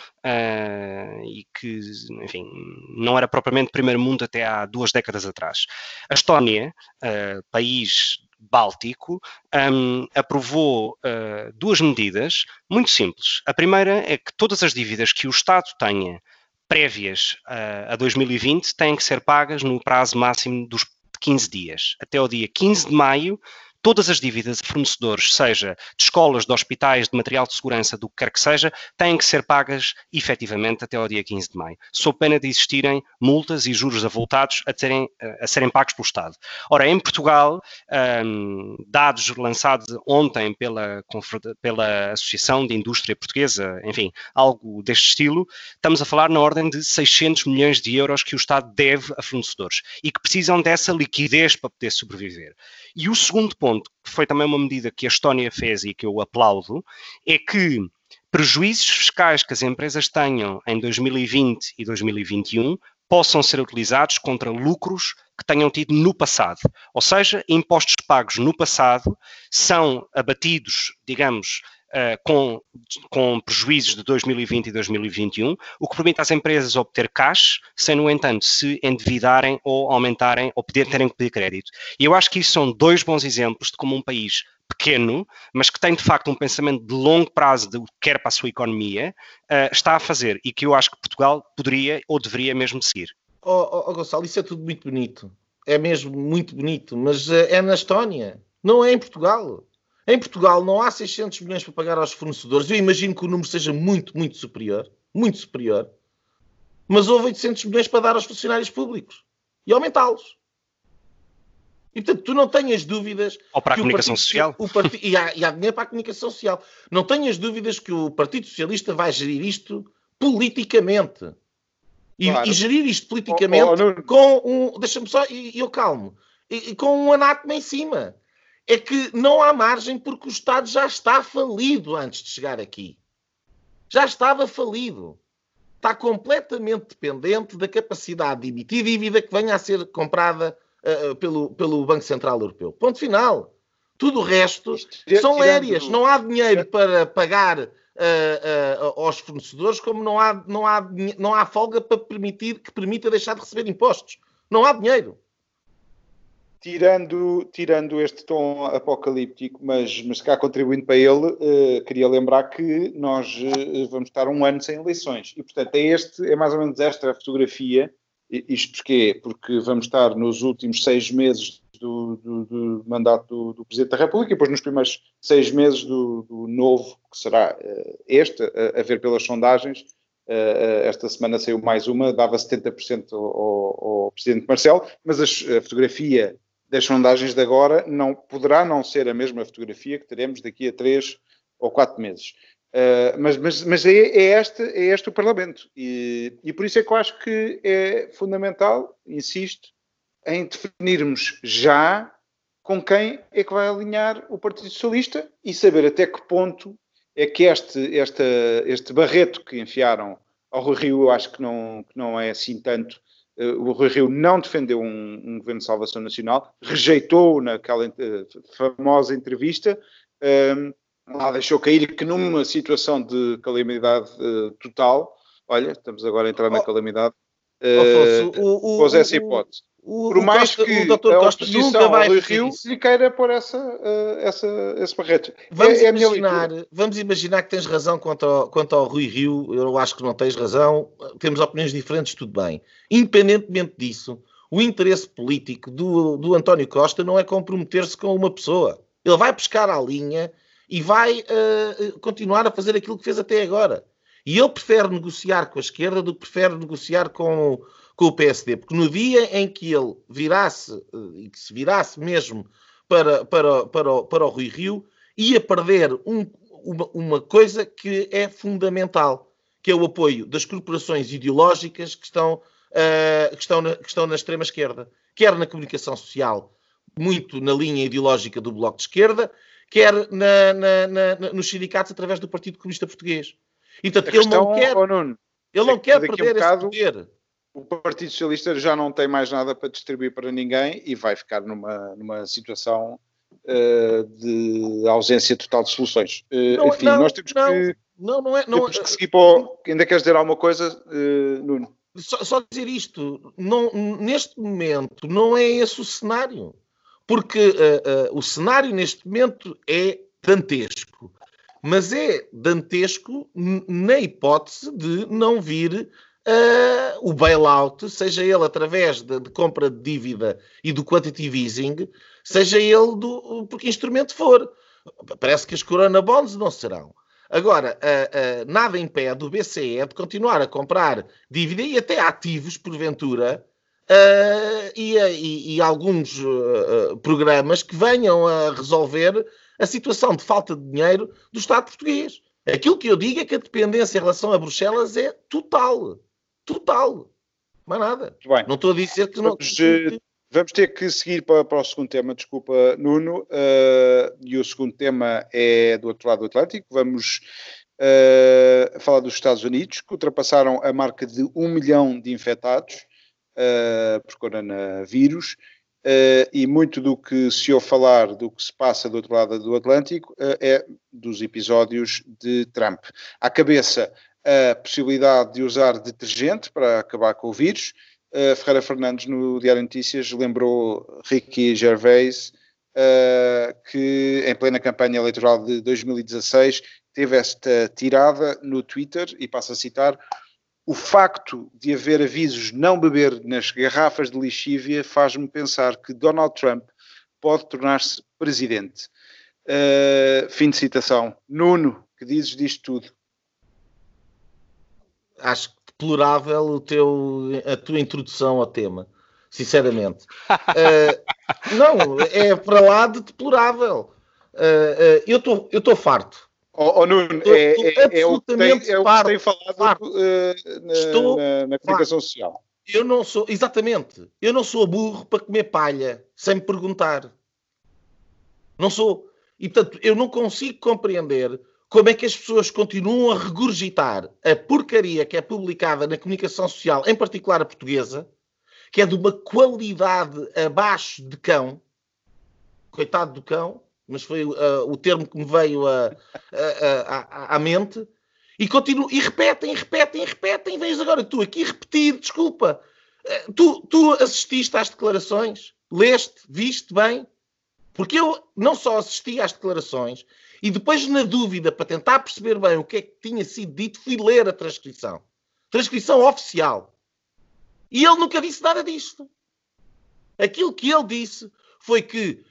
e que, enfim, não era propriamente primeiro mundo até há 2 décadas atrás. A Estónia, país báltico, aprovou 2 medidas muito simples. A primeira é que todas as dívidas que o Estado tenha prévias a 2020 têm que ser pagas no prazo máximo dos 15 dias. Até ao dia 15 de maio, todas as dívidas a fornecedores, seja de escolas, de hospitais, de material de segurança, do que quer que seja, têm que ser pagas efetivamente até ao dia 15 de maio, sob pena de existirem multas e juros avultados a serem pagos pelo Estado. Ora, em Portugal, dados lançados ontem pela Associação de Indústria Portuguesa, enfim, algo deste estilo, estamos a falar na ordem de 600 milhões de euros que o Estado deve a fornecedores e que precisam dessa liquidez para poder sobreviver. E o segundo ponto ponto, que foi também uma medida que a Estónia fez e que eu aplaudo, é que prejuízos fiscais que as empresas tenham em 2020 e 2021 possam ser utilizados contra lucros que tenham tido no passado. Ou seja, impostos pagos no passado são abatidos, digamos, com prejuízos de 2020 e 2021, o que permite às empresas obter cash, sem, no entanto, se endividarem ou aumentarem ou terem que pedir crédito. E eu acho que isso são 2 bons exemplos de como um país pequeno, mas que tem de facto um pensamento de longo prazo de o que quer para a sua economia, está a fazer, e que eu acho que Portugal poderia ou deveria mesmo seguir. Gonçalo, isso é tudo muito bonito. É mesmo muito bonito, mas é na Estónia, não é em Portugal. Em Portugal não há 600 milhões para pagar aos fornecedores. Eu imagino que o número seja muito, muito superior. Muito superior. Mas houve 800 milhões para dar aos funcionários públicos. E aumentá-los. E, portanto, tu não tenhas dúvidas... Ou para a comunicação social. E há dinheiro para a comunicação social. Não tenhas dúvidas que o Partido Socialista vai gerir isto politicamente. Claro. E gerir isto politicamente com um... Deixa-me só... E eu calmo. E com um anátema em cima. É que não há margem porque o Estado já está falido antes de chegar aqui. Já estava falido. Está completamente dependente da capacidade de emitir dívida que venha a ser comprada pelo Banco Central Europeu. Ponto final. Tudo o resto são lérias. Não há dinheiro para pagar aos fornecedores, como não há folga para que permita deixar de receber impostos. Não há dinheiro. Tirando este tom apocalíptico, mas cá contribuindo para ele, queria lembrar que nós vamos estar um ano sem eleições. E, portanto, é mais ou menos esta a fotografia. Isto porquê? Porque vamos estar nos últimos 6 meses do mandato do Presidente da República e depois nos primeiros 6 meses do novo, que será a ver pelas sondagens. Esta semana saiu mais uma, dava 70% ao Presidente Marcelo, mas a fotografia das sondagens de agora poderá não ser a mesma fotografia que teremos daqui a 3 ou 4 meses. Mas é este o Parlamento. E por isso é que eu acho que é fundamental, insisto, em definirmos já com quem é que vai alinhar o Partido Socialista e saber até que ponto é que este barreto que enfiaram ao Rui Rio, eu acho que não é assim tanto. O Rui Rio não defendeu um governo de salvação nacional, rejeitou naquela famosa entrevista, lá deixou cair que numa situação de calamidade total, olha, estamos agora a entrar na calamidade, pôs essa hipótese. Por mais que a oposição ao Rui Rio lhe queira pôr esse barreto. Vamos imaginar que tens razão quanto ao Rui Rio. Eu acho que não tens razão. Temos opiniões diferentes, tudo bem. Independentemente disso, o interesse político do António Costa não é comprometer-se com uma pessoa. Ele vai pescar à linha e vai continuar a fazer aquilo que fez até agora. E ele prefere negociar com a esquerda do que prefere negociar com o PSD, porque no dia em que ele virasse, e que se virasse mesmo para o Rui Rio, ia perder uma coisa que é fundamental, que é o apoio das corporações ideológicas que estão na extrema-esquerda, quer na comunicação social, muito na linha ideológica do Bloco de Esquerda, quer nos sindicatos através do Partido Comunista Português. E, portanto, ele não quer perder esse poder. O Partido Socialista já não tem mais nada para distribuir para ninguém e vai ficar numa situação de ausência total de soluções. Nós temos que seguir para o... Ainda queres dizer alguma coisa, Nuno? Só dizer isto. Neste momento não é esse o cenário. Porque o cenário neste momento é dantesco. Mas é dantesco na hipótese de não vir o bailout, seja ele através de compra de dívida e do quantitative easing, seja ele por que instrumento for. Parece que as Corona Bonds não serão. Agora, nada impede o BCE de continuar a comprar dívida e até ativos, porventura, e alguns programas que venham a resolver a situação de falta de dinheiro do Estado português. Aquilo que eu digo é que a dependência em relação a Bruxelas é total. Total. Mais nada. Bem, não estou a dizer que não... Vamos ter que seguir para o segundo tema, desculpa, Nuno, e o segundo tema é do outro lado do Atlântico. Vamos falar dos Estados Unidos, que ultrapassaram a marca de 1 milhão de infectados por coronavírus, e muito do que se ouve falar do que se passa do outro lado do Atlântico é dos episódios de Trump. À cabeça, a possibilidade de usar detergente para acabar com o vírus. Ferreira Fernandes, no Diário de Notícias, lembrou Ricky Gervais, que em plena campanha eleitoral de 2016 teve esta tirada no Twitter, e passo a citar: o facto de haver avisos não beber nas garrafas de lixívia faz-me pensar que Donald Trump pode tornar-se presidente. Fim de citação. Nuno, que dizes disto tudo? Acho deplorável a tua introdução ao tema, sinceramente. Não, é para lá de deplorável. Eu estou farto. Nuno, é o que tem falado na comunicação social. Eu não sou, exatamente, eu não sou burro para comer palha sem me perguntar. Não sou. E, portanto, eu não consigo compreender como é que as pessoas continuam a regurgitar a porcaria que é publicada na comunicação social, em particular a portuguesa, que é de uma qualidade abaixo de cão. Coitado do cão, mas foi o termo que me veio à mente. E continuam, e repetem. Vens agora tu aqui repetir, desculpa. Tu assististe às declarações? Leste? Viste bem? Porque eu não só assisti às declarações, e depois, na dúvida, para tentar perceber bem o que é que tinha sido dito, fui ler a transcrição. Transcrição oficial. E ele nunca disse nada disto. Aquilo que ele disse foi que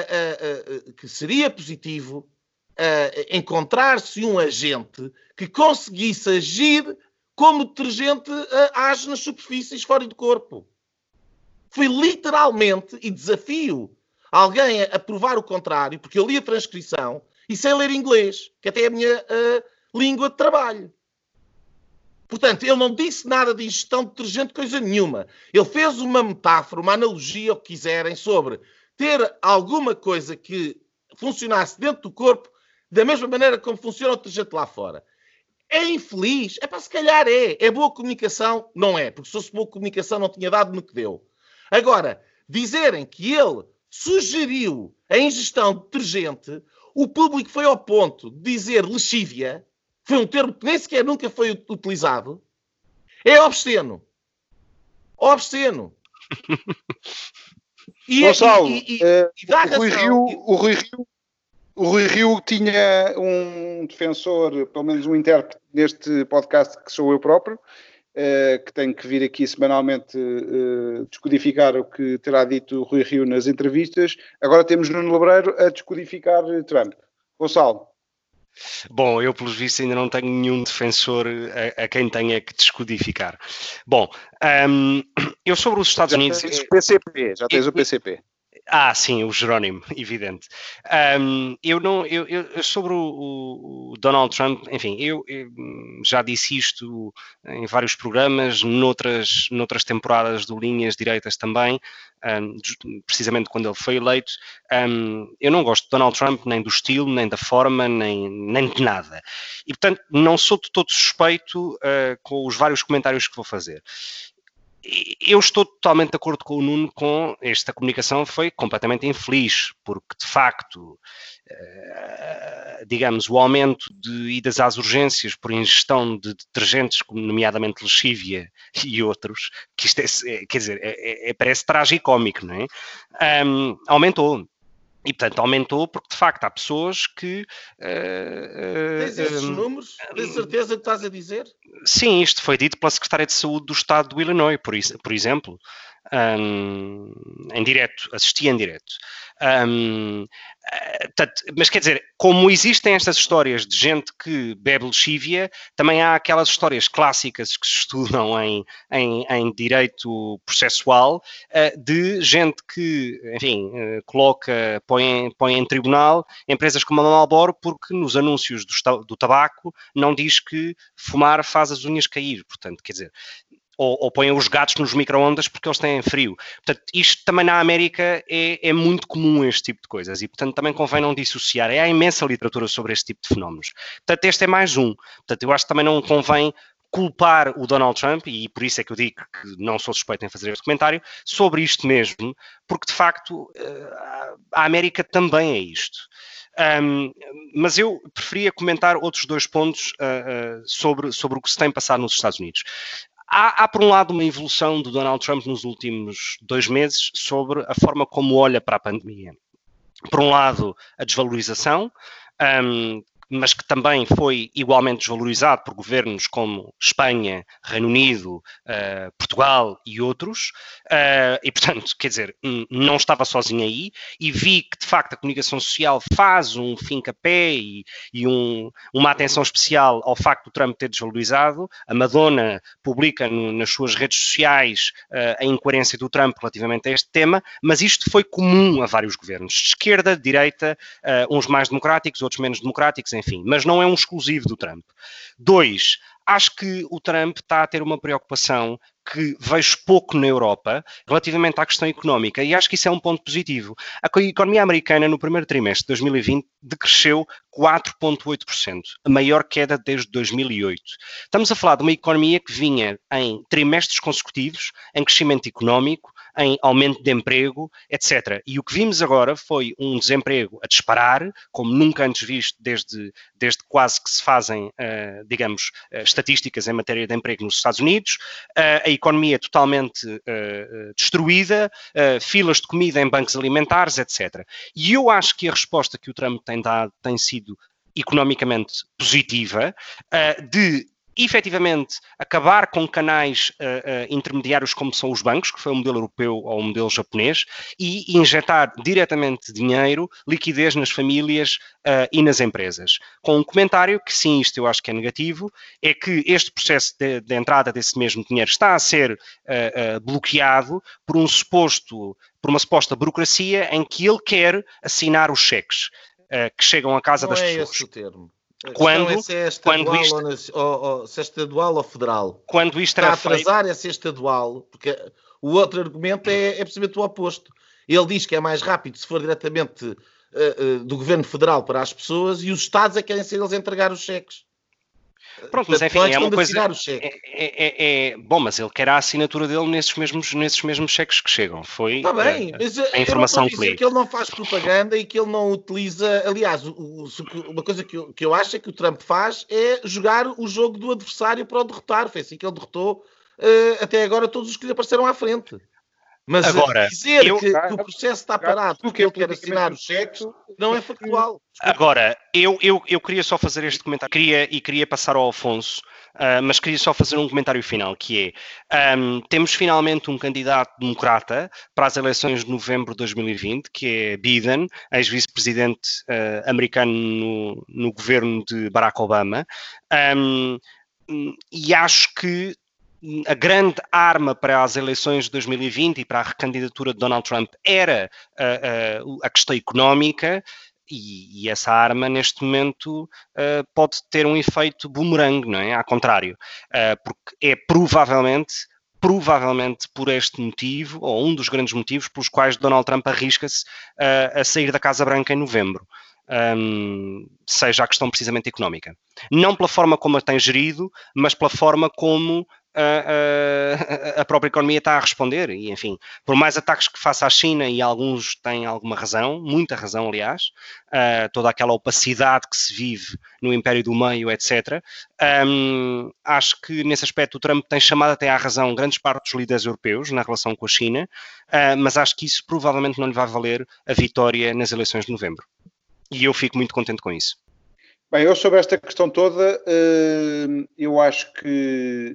seria positivo encontrar-se um agente que conseguisse agir como o detergente age nas superfícies fora do corpo. Foi literalmente, e desafio alguém a provar o contrário, porque eu li a transcrição e sei ler inglês, que até é a minha língua de trabalho. Portanto, ele não disse nada de ingestão de detergente, coisa nenhuma. Ele fez uma metáfora, uma analogia, o que quiserem, sobre ter alguma coisa que funcionasse dentro do corpo da mesma maneira como funciona o detergente lá fora. É infeliz? Se calhar é. É boa comunicação? Não é, porque se fosse boa comunicação não tinha dado no que deu. Agora, dizerem que ele sugeriu a ingestão de detergente, o público foi ao ponto de dizer lexívia, foi um termo que nem sequer nunca foi utilizado, é obsceno. Obsceno. Gonçalo, o Rui Rio tinha um defensor, pelo menos um intérprete neste podcast, que sou eu próprio, que tenho que vir aqui semanalmente descodificar o que terá dito o Rui Rio nas entrevistas. Agora temos Nuno Lebreiro a descodificar Trump. Gonçalo. Bom, eu, pelos vistos, ainda não tenho nenhum defensor a quem tenha que descodificar. Bom, eu sobre os Estados Unidos... Já tens o PCP. Sim, o Jerónimo, evidente. Eu sobre o Donald Trump, enfim, eu já disse isto em vários programas, noutras temporadas do Linhas Direitas também, precisamente quando ele foi eleito. Eu não gosto de Donald Trump, nem do estilo, nem da forma, nem de nada. E, portanto, não sou de todo suspeito com os vários comentários que vou fazer. Eu estou totalmente de acordo com o Nuno com esta comunicação, foi completamente infeliz, porque de facto, digamos, o aumento de idas às urgências por ingestão de detergentes, como nomeadamente lexívia e outros, que isto quer dizer, parece tragicómico, não é? Aumentou. E, portanto, aumentou porque, de facto, há pessoas que... Tens esses números? Tens certeza que estás a dizer? Sim, isto foi dito pela Secretária de Saúde do Estado do Illinois, por exemplo. Em direto, assisti em direto. Mas quer dizer, como existem estas histórias de gente que bebe lexívia, também há aquelas histórias clássicas que se estudam em direito processual, de gente que, enfim, põe em tribunal empresas como a Marlboro porque nos anúncios do tabaco não diz que fumar faz as unhas cair. Portanto, quer dizer, ou põem os gatos nos micro-ondas porque eles têm frio. Portanto, isto também na América é muito comum, este tipo de coisas, e portanto também convém não dissociar. Há imensa literatura sobre este tipo de fenómenos. Portanto, este é mais um. Portanto, eu acho que também não convém culpar o Donald Trump, e por isso é que eu digo que não sou suspeito em fazer este comentário, sobre isto mesmo, porque de facto a América também é isto. Mas eu preferia comentar outros 2 pontos sobre o que se tem passado nos Estados Unidos. Há, por um lado, uma evolução do Donald Trump nos últimos 2 meses sobre a forma como olha para a pandemia. Por um lado, a desvalorização, mas que também foi igualmente desvalorizado por governos como Espanha, Reino Unido, Portugal e outros, e portanto, quer dizer, não estava sozinho aí, e vi que de facto a comunicação social faz um fim-capé e uma atenção especial ao facto do Trump ter desvalorizado. A Madonna publica nas suas redes sociais a incoerência do Trump relativamente a este tema, mas isto foi comum a vários governos, de esquerda, de direita, uns mais democráticos, outros menos democráticos, enfim, mas não é um exclusivo do Trump. 2, acho que o Trump está a ter uma preocupação que vejo pouco na Europa relativamente à questão económica, e acho que isso é um ponto positivo. A economia americana no primeiro trimestre de 2020 decresceu 4,8%, a maior queda desde 2008. Estamos a falar de uma economia que vinha em trimestres consecutivos, em crescimento económico, em aumento de emprego, etc. E o que vimos agora foi um desemprego a disparar, como nunca antes visto desde quase que se fazem, digamos, estatísticas em matéria de emprego nos Estados Unidos, a economia totalmente destruída, filas de comida em bancos alimentares, etc. E eu acho que a resposta que o Trump tem dado tem sido economicamente positiva, de efetivamente acabar com canais intermediários como são os bancos, que foi o modelo europeu ou o modelo japonês, e injetar diretamente dinheiro, liquidez nas famílias e nas empresas. Com um comentário que sim, isto eu acho que é negativo, é que este processo de entrada desse mesmo dinheiro está a ser bloqueado por uma suposta burocracia em que ele quer assinar os cheques que chegam à casa das pessoas. Não é esse o termo. Se é estadual ou federal. Quando isto está a atrasar é ser estadual, porque o outro argumento é precisamente o oposto. Ele diz que é mais rápido se for diretamente do governo federal para as pessoas, e os estados é que querem ser eles a entregar os cheques. Pronto, mas enfim, é uma coisa... Bom, mas ele quer a assinatura dele nesses mesmos cheques que chegam. Foi tá bem, mas a informação que li. Que ele não faz propaganda e que ele não utiliza... Aliás, uma coisa que eu acho é que o Trump faz é jogar o jogo do adversário para o derrotar. Foi assim que ele derrotou até agora todos os que lhe apareceram à frente. Mas agora, dizer que o processo está parado porque ele quer assinar os cheques não é factual. Agora, eu queria só fazer este comentário, queria passar ao Afonso, mas queria só fazer um comentário final, que é, temos finalmente um candidato democrata para as eleições de novembro de 2020, que é Biden, ex-vice-presidente americano no governo de Barack Obama, e acho que a grande arma para as eleições de 2020 e para a recandidatura de Donald Trump era a questão económica, e essa arma neste momento pode ter um efeito bumerangue, não é? Ao contrário, porque é provavelmente por este motivo, ou um dos grandes motivos pelos quais Donald Trump arrisca-se a sair da Casa Branca em novembro. Seja a questão precisamente económica. Não pela forma como a tem gerido, mas pela forma como a própria economia está a responder, e enfim, por mais ataques que faça à China, e alguns têm alguma razão, muita razão aliás, toda aquela opacidade que se vive no Império do Meio, etc. Acho que nesse aspecto o Trump tem chamado até à razão grandes partes dos líderes europeus na relação com a China, mas acho que isso provavelmente não lhe vai valer a vitória nas eleições de novembro. E eu fico muito contente com isso. Bem, eu sobre esta questão toda, eu acho que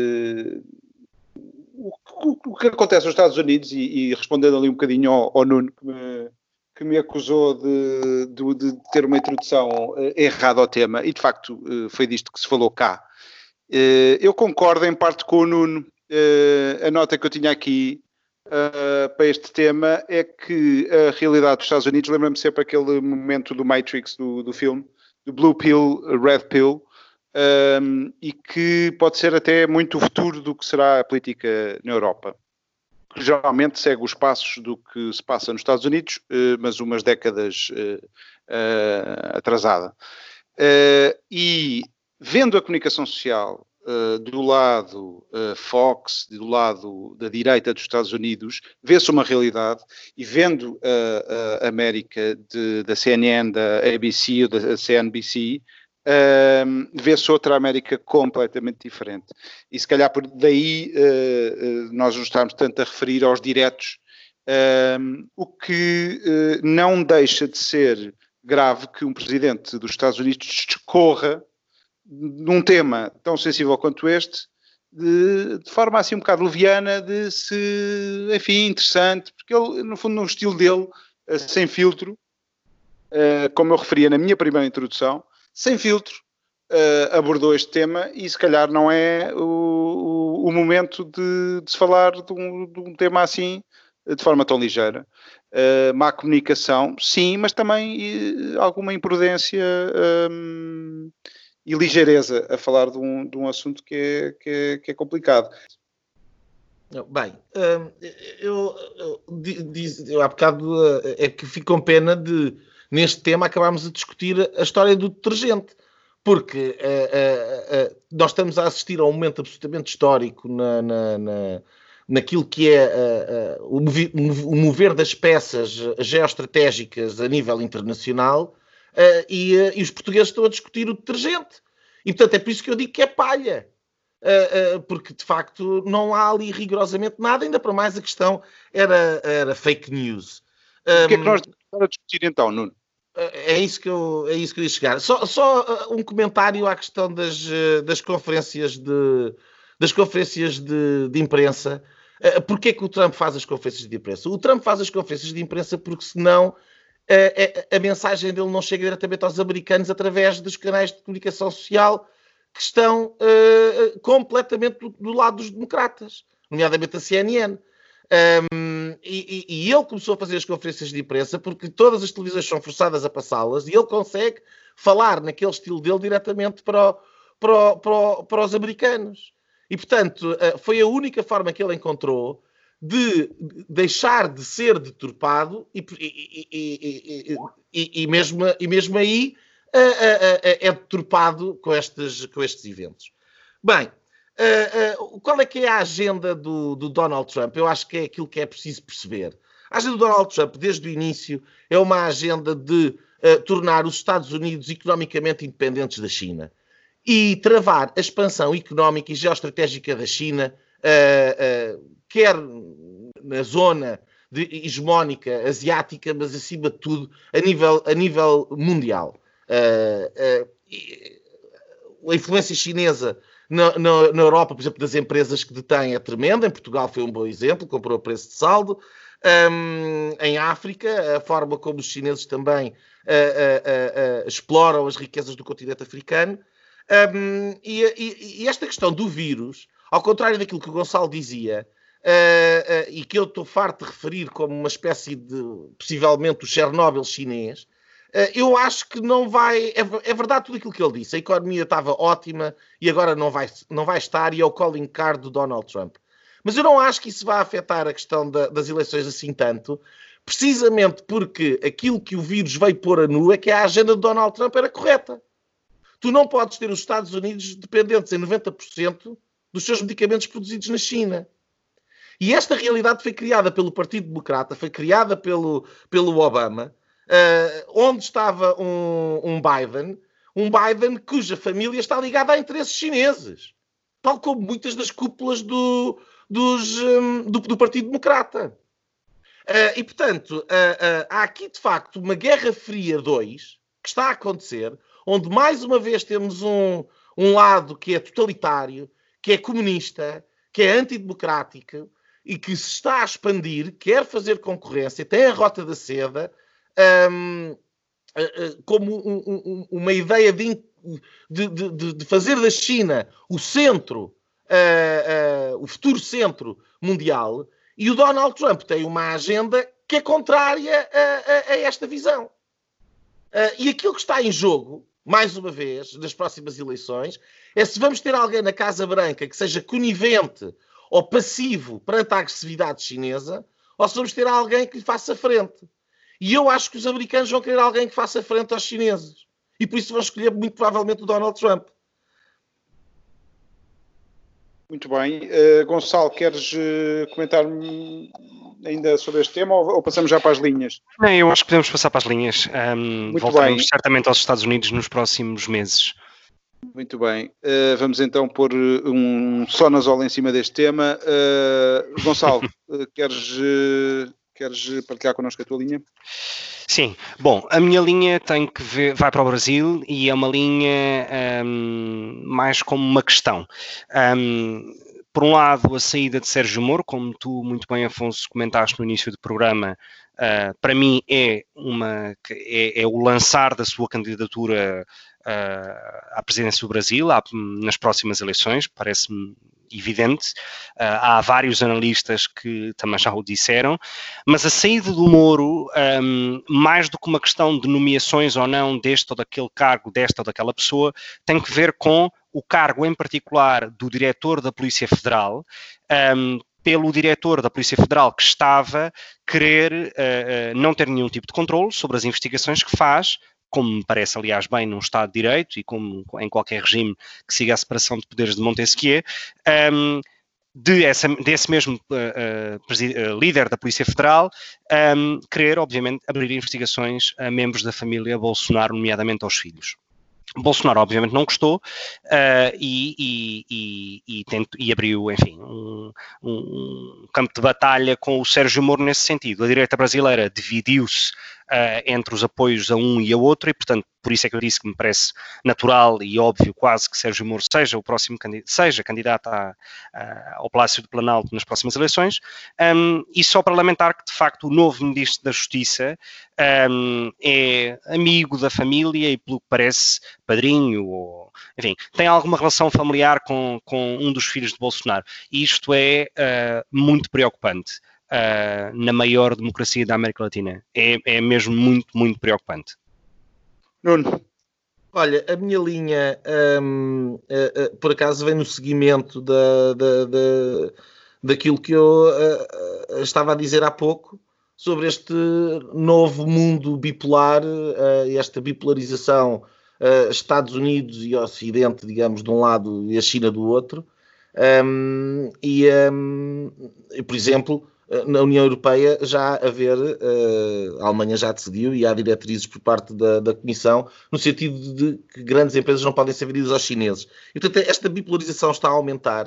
o que acontece nos Estados Unidos, e respondendo ali um bocadinho ao Nuno, que me acusou de ter uma introdução errada ao tema, e de facto foi disto que se falou cá. Eu concordo em parte com o Nuno. A nota que eu tinha aqui para este tema é que a realidade dos Estados Unidos, lembra-me sempre aquele momento do Matrix do filme, do Blue Pill, Red Pill, e que pode ser até muito o futuro do que será a política na Europa, que geralmente segue os passos do que se passa nos Estados Unidos, mas umas décadas atrasada. E vendo a comunicação social do lado Fox, do lado da direita dos Estados Unidos, vê-se uma realidade, e vendo a América da CNN, da ABC ou da CNBC, vê-se outra América completamente diferente. E se calhar por daí nós nos estamos tanto a referir aos diretos, o que não deixa de ser grave que um presidente dos Estados Unidos discorra num tema tão sensível quanto este, de forma assim um bocado leviana, enfim, interessante, porque ele, no fundo, no estilo dele, sem filtro, como eu referia na minha primeira introdução, sem filtro, abordou este tema, e se calhar não é o momento de se falar de um tema assim, de forma tão ligeira. Má comunicação, sim, mas também alguma imprudência e ligeireza a falar de um assunto que é complicado. Bem, eu há bocado é que fico com pena de, neste tema, acabarmos a discutir a história do detergente, porque nós estamos a assistir a um momento absolutamente histórico naquilo que é o mover das peças geoestratégicas a nível internacional, e os portugueses estão a discutir o detergente. E, portanto, é por isso que eu digo que é palha. Porque, de facto, não há ali rigorosamente nada, ainda para mais a questão era fake news. O que é que nós devemos discutir então, Nuno? É isso que eu ia chegar. Só um comentário à questão das conferências de imprensa. Porquê que o Trump faz as conferências de imprensa? O Trump faz as conferências de imprensa porque senão a mensagem dele não chega diretamente aos americanos através dos canais de comunicação social que estão completamente do lado dos democratas, nomeadamente a CNN. E ele começou a fazer as conferências de imprensa porque todas as televisões são forçadas a passá-las, e ele consegue falar naquele estilo dele diretamente para os americanos. E, portanto, foi a única forma que ele encontrou de deixar de ser deturpado e mesmo aí é deturpado com estes eventos. Bem, qual é que é a agenda do Donald Trump? Eu acho que é aquilo que é preciso perceber. A agenda do Donald Trump, desde o início, é uma agenda de tornar os Estados Unidos economicamente independentes da China e travar a expansão económica e geoestratégica da China, quer na zona hegemónica asiática, mas acima de tudo a nível mundial. A influência chinesa na Europa, por exemplo, das empresas que detêm é tremenda. Em Portugal foi um bom exemplo, comprou a preço de saldo. Em África, a forma como os chineses também exploram as riquezas do continente africano. E esta questão do vírus, ao contrário daquilo que o Gonçalo dizia, e que eu estou farto de referir como uma espécie de, possivelmente, o Chernobyl chinês, eu acho que não vai... É verdade tudo aquilo que ele disse. A economia estava ótima e agora não vai estar, e é o calling card do Donald Trump. Mas eu não acho que isso vá afetar a questão das eleições assim tanto, precisamente porque aquilo que o vírus veio pôr a nu é que a agenda de Donald Trump era correta. Tu não podes ter os Estados Unidos dependentes em 90% dos seus medicamentos produzidos na China. E esta realidade foi criada pelo Partido Democrata, foi criada pelo Obama, onde estava um Biden cuja família está ligada a interesses chineses, tal como muitas das cúpulas do Partido Democrata. E, portanto, há aqui, de facto, uma Guerra Fria 2 que está a acontecer, onde, mais uma vez, temos um lado que é totalitário, que é comunista, que é antidemocrático e que se está a expandir, quer fazer concorrência, tem a Rota da Seda, como uma ideia de fazer da China o centro, o futuro centro mundial, e o Donald Trump tem uma agenda que é contrária a esta visão. E aquilo que está em jogo mais uma vez, nas próximas eleições, é se vamos ter alguém na Casa Branca que seja conivente ou passivo perante a agressividade chinesa, ou se vamos ter alguém que lhe faça frente. E eu acho que os americanos vão querer alguém que faça frente aos chineses. E por isso vão escolher, muito provavelmente, o Donald Trump. Muito bem. Gonçalo, queres comentar ainda sobre este tema ou passamos já para as linhas? Não, eu acho que podemos passar para as linhas. Voltaremos certamente aos Estados Unidos nos próximos meses. Muito bem. Vamos então pôr um sonazol em cima deste tema. Gonçalo, queres partilhar connosco a tua linha? Sim. Bom, a minha linha vai para o Brasil e é uma linha mais como uma questão. Por um lado, a saída de Sérgio Moro, como tu muito bem, Afonso, comentaste no início do programa, para mim é o lançar da sua candidatura à presidência do Brasil nas próximas eleições, parece-me evidente. Há vários analistas que também já o disseram, mas a saída do Moro, mais do que uma questão de nomeações ou não deste ou daquele cargo, desta ou daquela pessoa, tem que ver com o cargo em particular do diretor da Polícia Federal, pelo diretor da Polícia Federal que estava querer não ter nenhum tipo de controle sobre as investigações que faz, como me parece, aliás, bem num Estado de Direito e como em qualquer regime que siga a separação de poderes de Montesquieu, desse mesmo líder da Polícia Federal querer, obviamente, abrir investigações a membros da família Bolsonaro, nomeadamente aos filhos. Bolsonaro, obviamente, não gostou e abriu, enfim, um campo de batalha com o Sérgio Moro nesse sentido. A direita brasileira dividiu-se entre os apoios a um e a outro e, portanto, por isso é que eu disse que me parece natural e óbvio quase que Sérgio Moro seja o próximo candidato ao Palácio do Planalto nas próximas eleições. E só para lamentar que, de facto, o novo Ministro da Justiça é amigo da família e, pelo que parece, padrinho, ou, enfim, tem alguma relação familiar com um dos filhos de Bolsonaro. E isto é muito preocupante. Na maior democracia da América Latina. É mesmo muito, muito preocupante. Nuno. Olha, a minha linha, por acaso, vem no seguimento daquilo que eu estava a dizer há pouco, sobre este novo mundo bipolar, esta bipolarização Estados Unidos e Ocidente, digamos, de um lado e a China do outro. E, por exemplo, na União Europeia já haver, a Alemanha já decidiu e há diretrizes por parte da Comissão no sentido de que grandes empresas não podem ser vendidas aos chineses. E, portanto, esta bipolarização está a aumentar.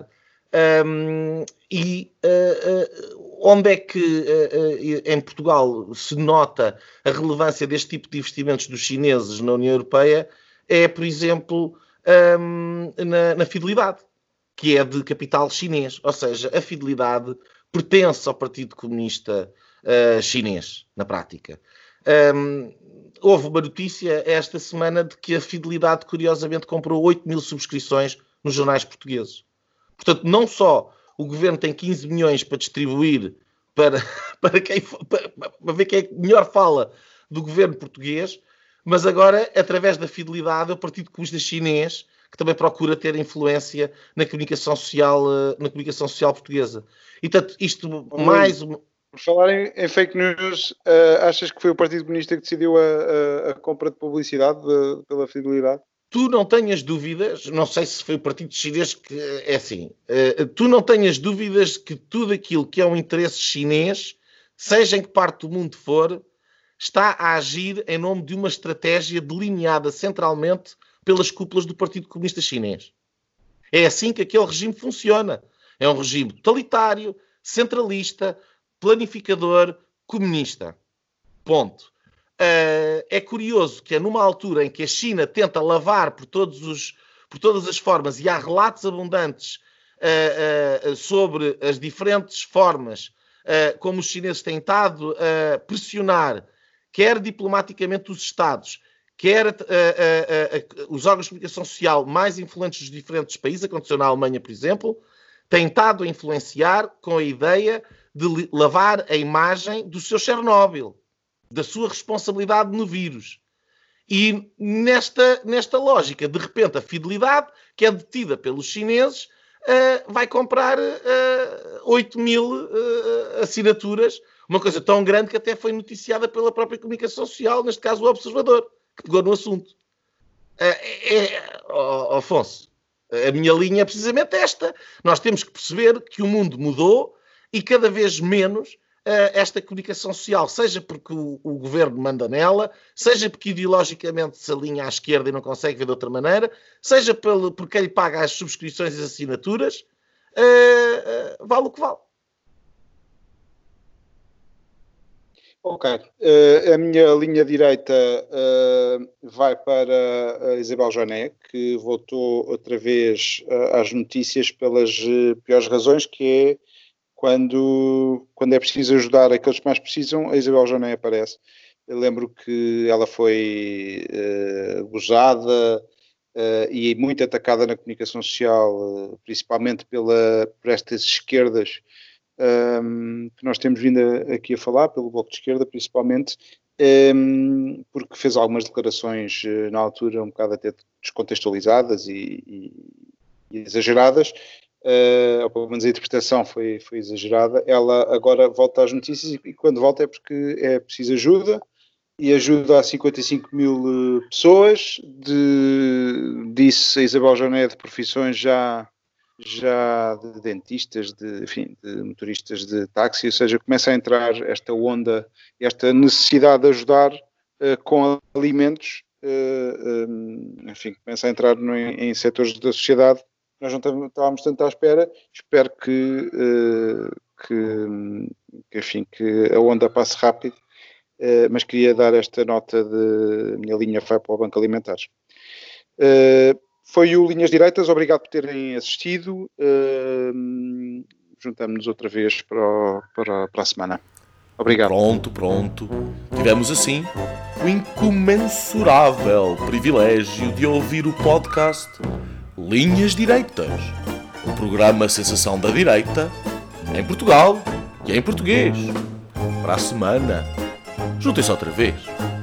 Onde é que em Portugal se nota a relevância deste tipo de investimentos dos chineses na União Europeia é, por exemplo, na Fidelidade, que é de capital chinês. Ou seja, a Fidelidade pertence ao Partido Comunista chinês, na prática. Houve uma notícia esta semana de que a Fidelidade, curiosamente, comprou 8 mil subscrições nos jornais portugueses. Portanto, não só o governo tem 15 milhões para distribuir para ver quem é que melhor fala do governo português, mas agora, através da Fidelidade, é o Partido Comunista chinês que também procura ter influência na comunicação social portuguesa. E, portanto, isto mais... Por falar em fake news, achas que foi o Partido Comunista que decidiu a compra de publicidade pela Fidelidade? Tu não tenhas dúvidas, não sei se foi o Partido Chinês que é assim, tu não tenhas dúvidas que tudo aquilo que é um interesse chinês, seja em que parte do mundo for, está a agir em nome de uma estratégia delineada centralmente pelas cúpulas do Partido Comunista Chinês. É assim que aquele regime funciona. É um regime totalitário, centralista, planificador, comunista. Ponto. É curioso que é numa altura em que a China tenta lavar por todas as formas, e há relatos abundantes sobre as diferentes formas como os chineses têm estado a pressionar, quer diplomaticamente os Estados, quer os órgãos de comunicação social mais influentes dos diferentes países, aconteceu na Alemanha, por exemplo, têm estado a influenciar com a ideia de lavar a imagem do seu Chernobyl, da sua responsabilidade no vírus. E nesta lógica, de repente, a fidelidade, que é detida pelos chineses, vai comprar 8.000 assinaturas, uma coisa tão grande que até foi noticiada pela própria comunicação social, neste caso o Observador, que pegou no assunto. Afonso, a minha linha é precisamente esta. Nós temos que perceber que o mundo mudou e cada vez menos esta comunicação social, seja porque o governo manda nela, seja porque ideologicamente se alinha à esquerda e não consegue ver de outra maneira, seja porque ele paga as subscrições e as assinaturas, vale o que vale. Ok. A minha linha direita vai para a Isabel Joné, que voltou outra vez às notícias pelas piores razões, que é quando é preciso ajudar aqueles que mais precisam, a Isabel Joné aparece. Eu lembro que ela foi gozada e muito atacada na comunicação social, principalmente por estas esquerdas que nós temos vindo aqui a falar, pelo Bloco de Esquerda principalmente, porque fez algumas declarações na altura um bocado até descontextualizadas e exageradas, ou pelo menos a interpretação foi exagerada. Ela agora volta às notícias e quando volta é porque é preciso ajuda, e ajuda a 55.000 pessoas, disse a Isabel Joné, de profissões já de dentistas, de motoristas de táxi, ou seja, começa a entrar esta onda, esta necessidade de ajudar com alimentos, começa a entrar em setores da sociedade. Nós não estávamos tanto à espera. Espero que a onda passe rápido, mas queria dar esta nota de minha linha vai para o Banco Alimentares. Foi o Linhas Direitas, obrigado por terem assistido. Juntamos-nos outra vez para a semana. Obrigado. Pronto. Tivemos assim o incomensurável privilégio de ouvir o podcast Linhas Direitas, o programa Sensação da Direita, em Portugal e em português. Para a semana, juntem-se outra vez.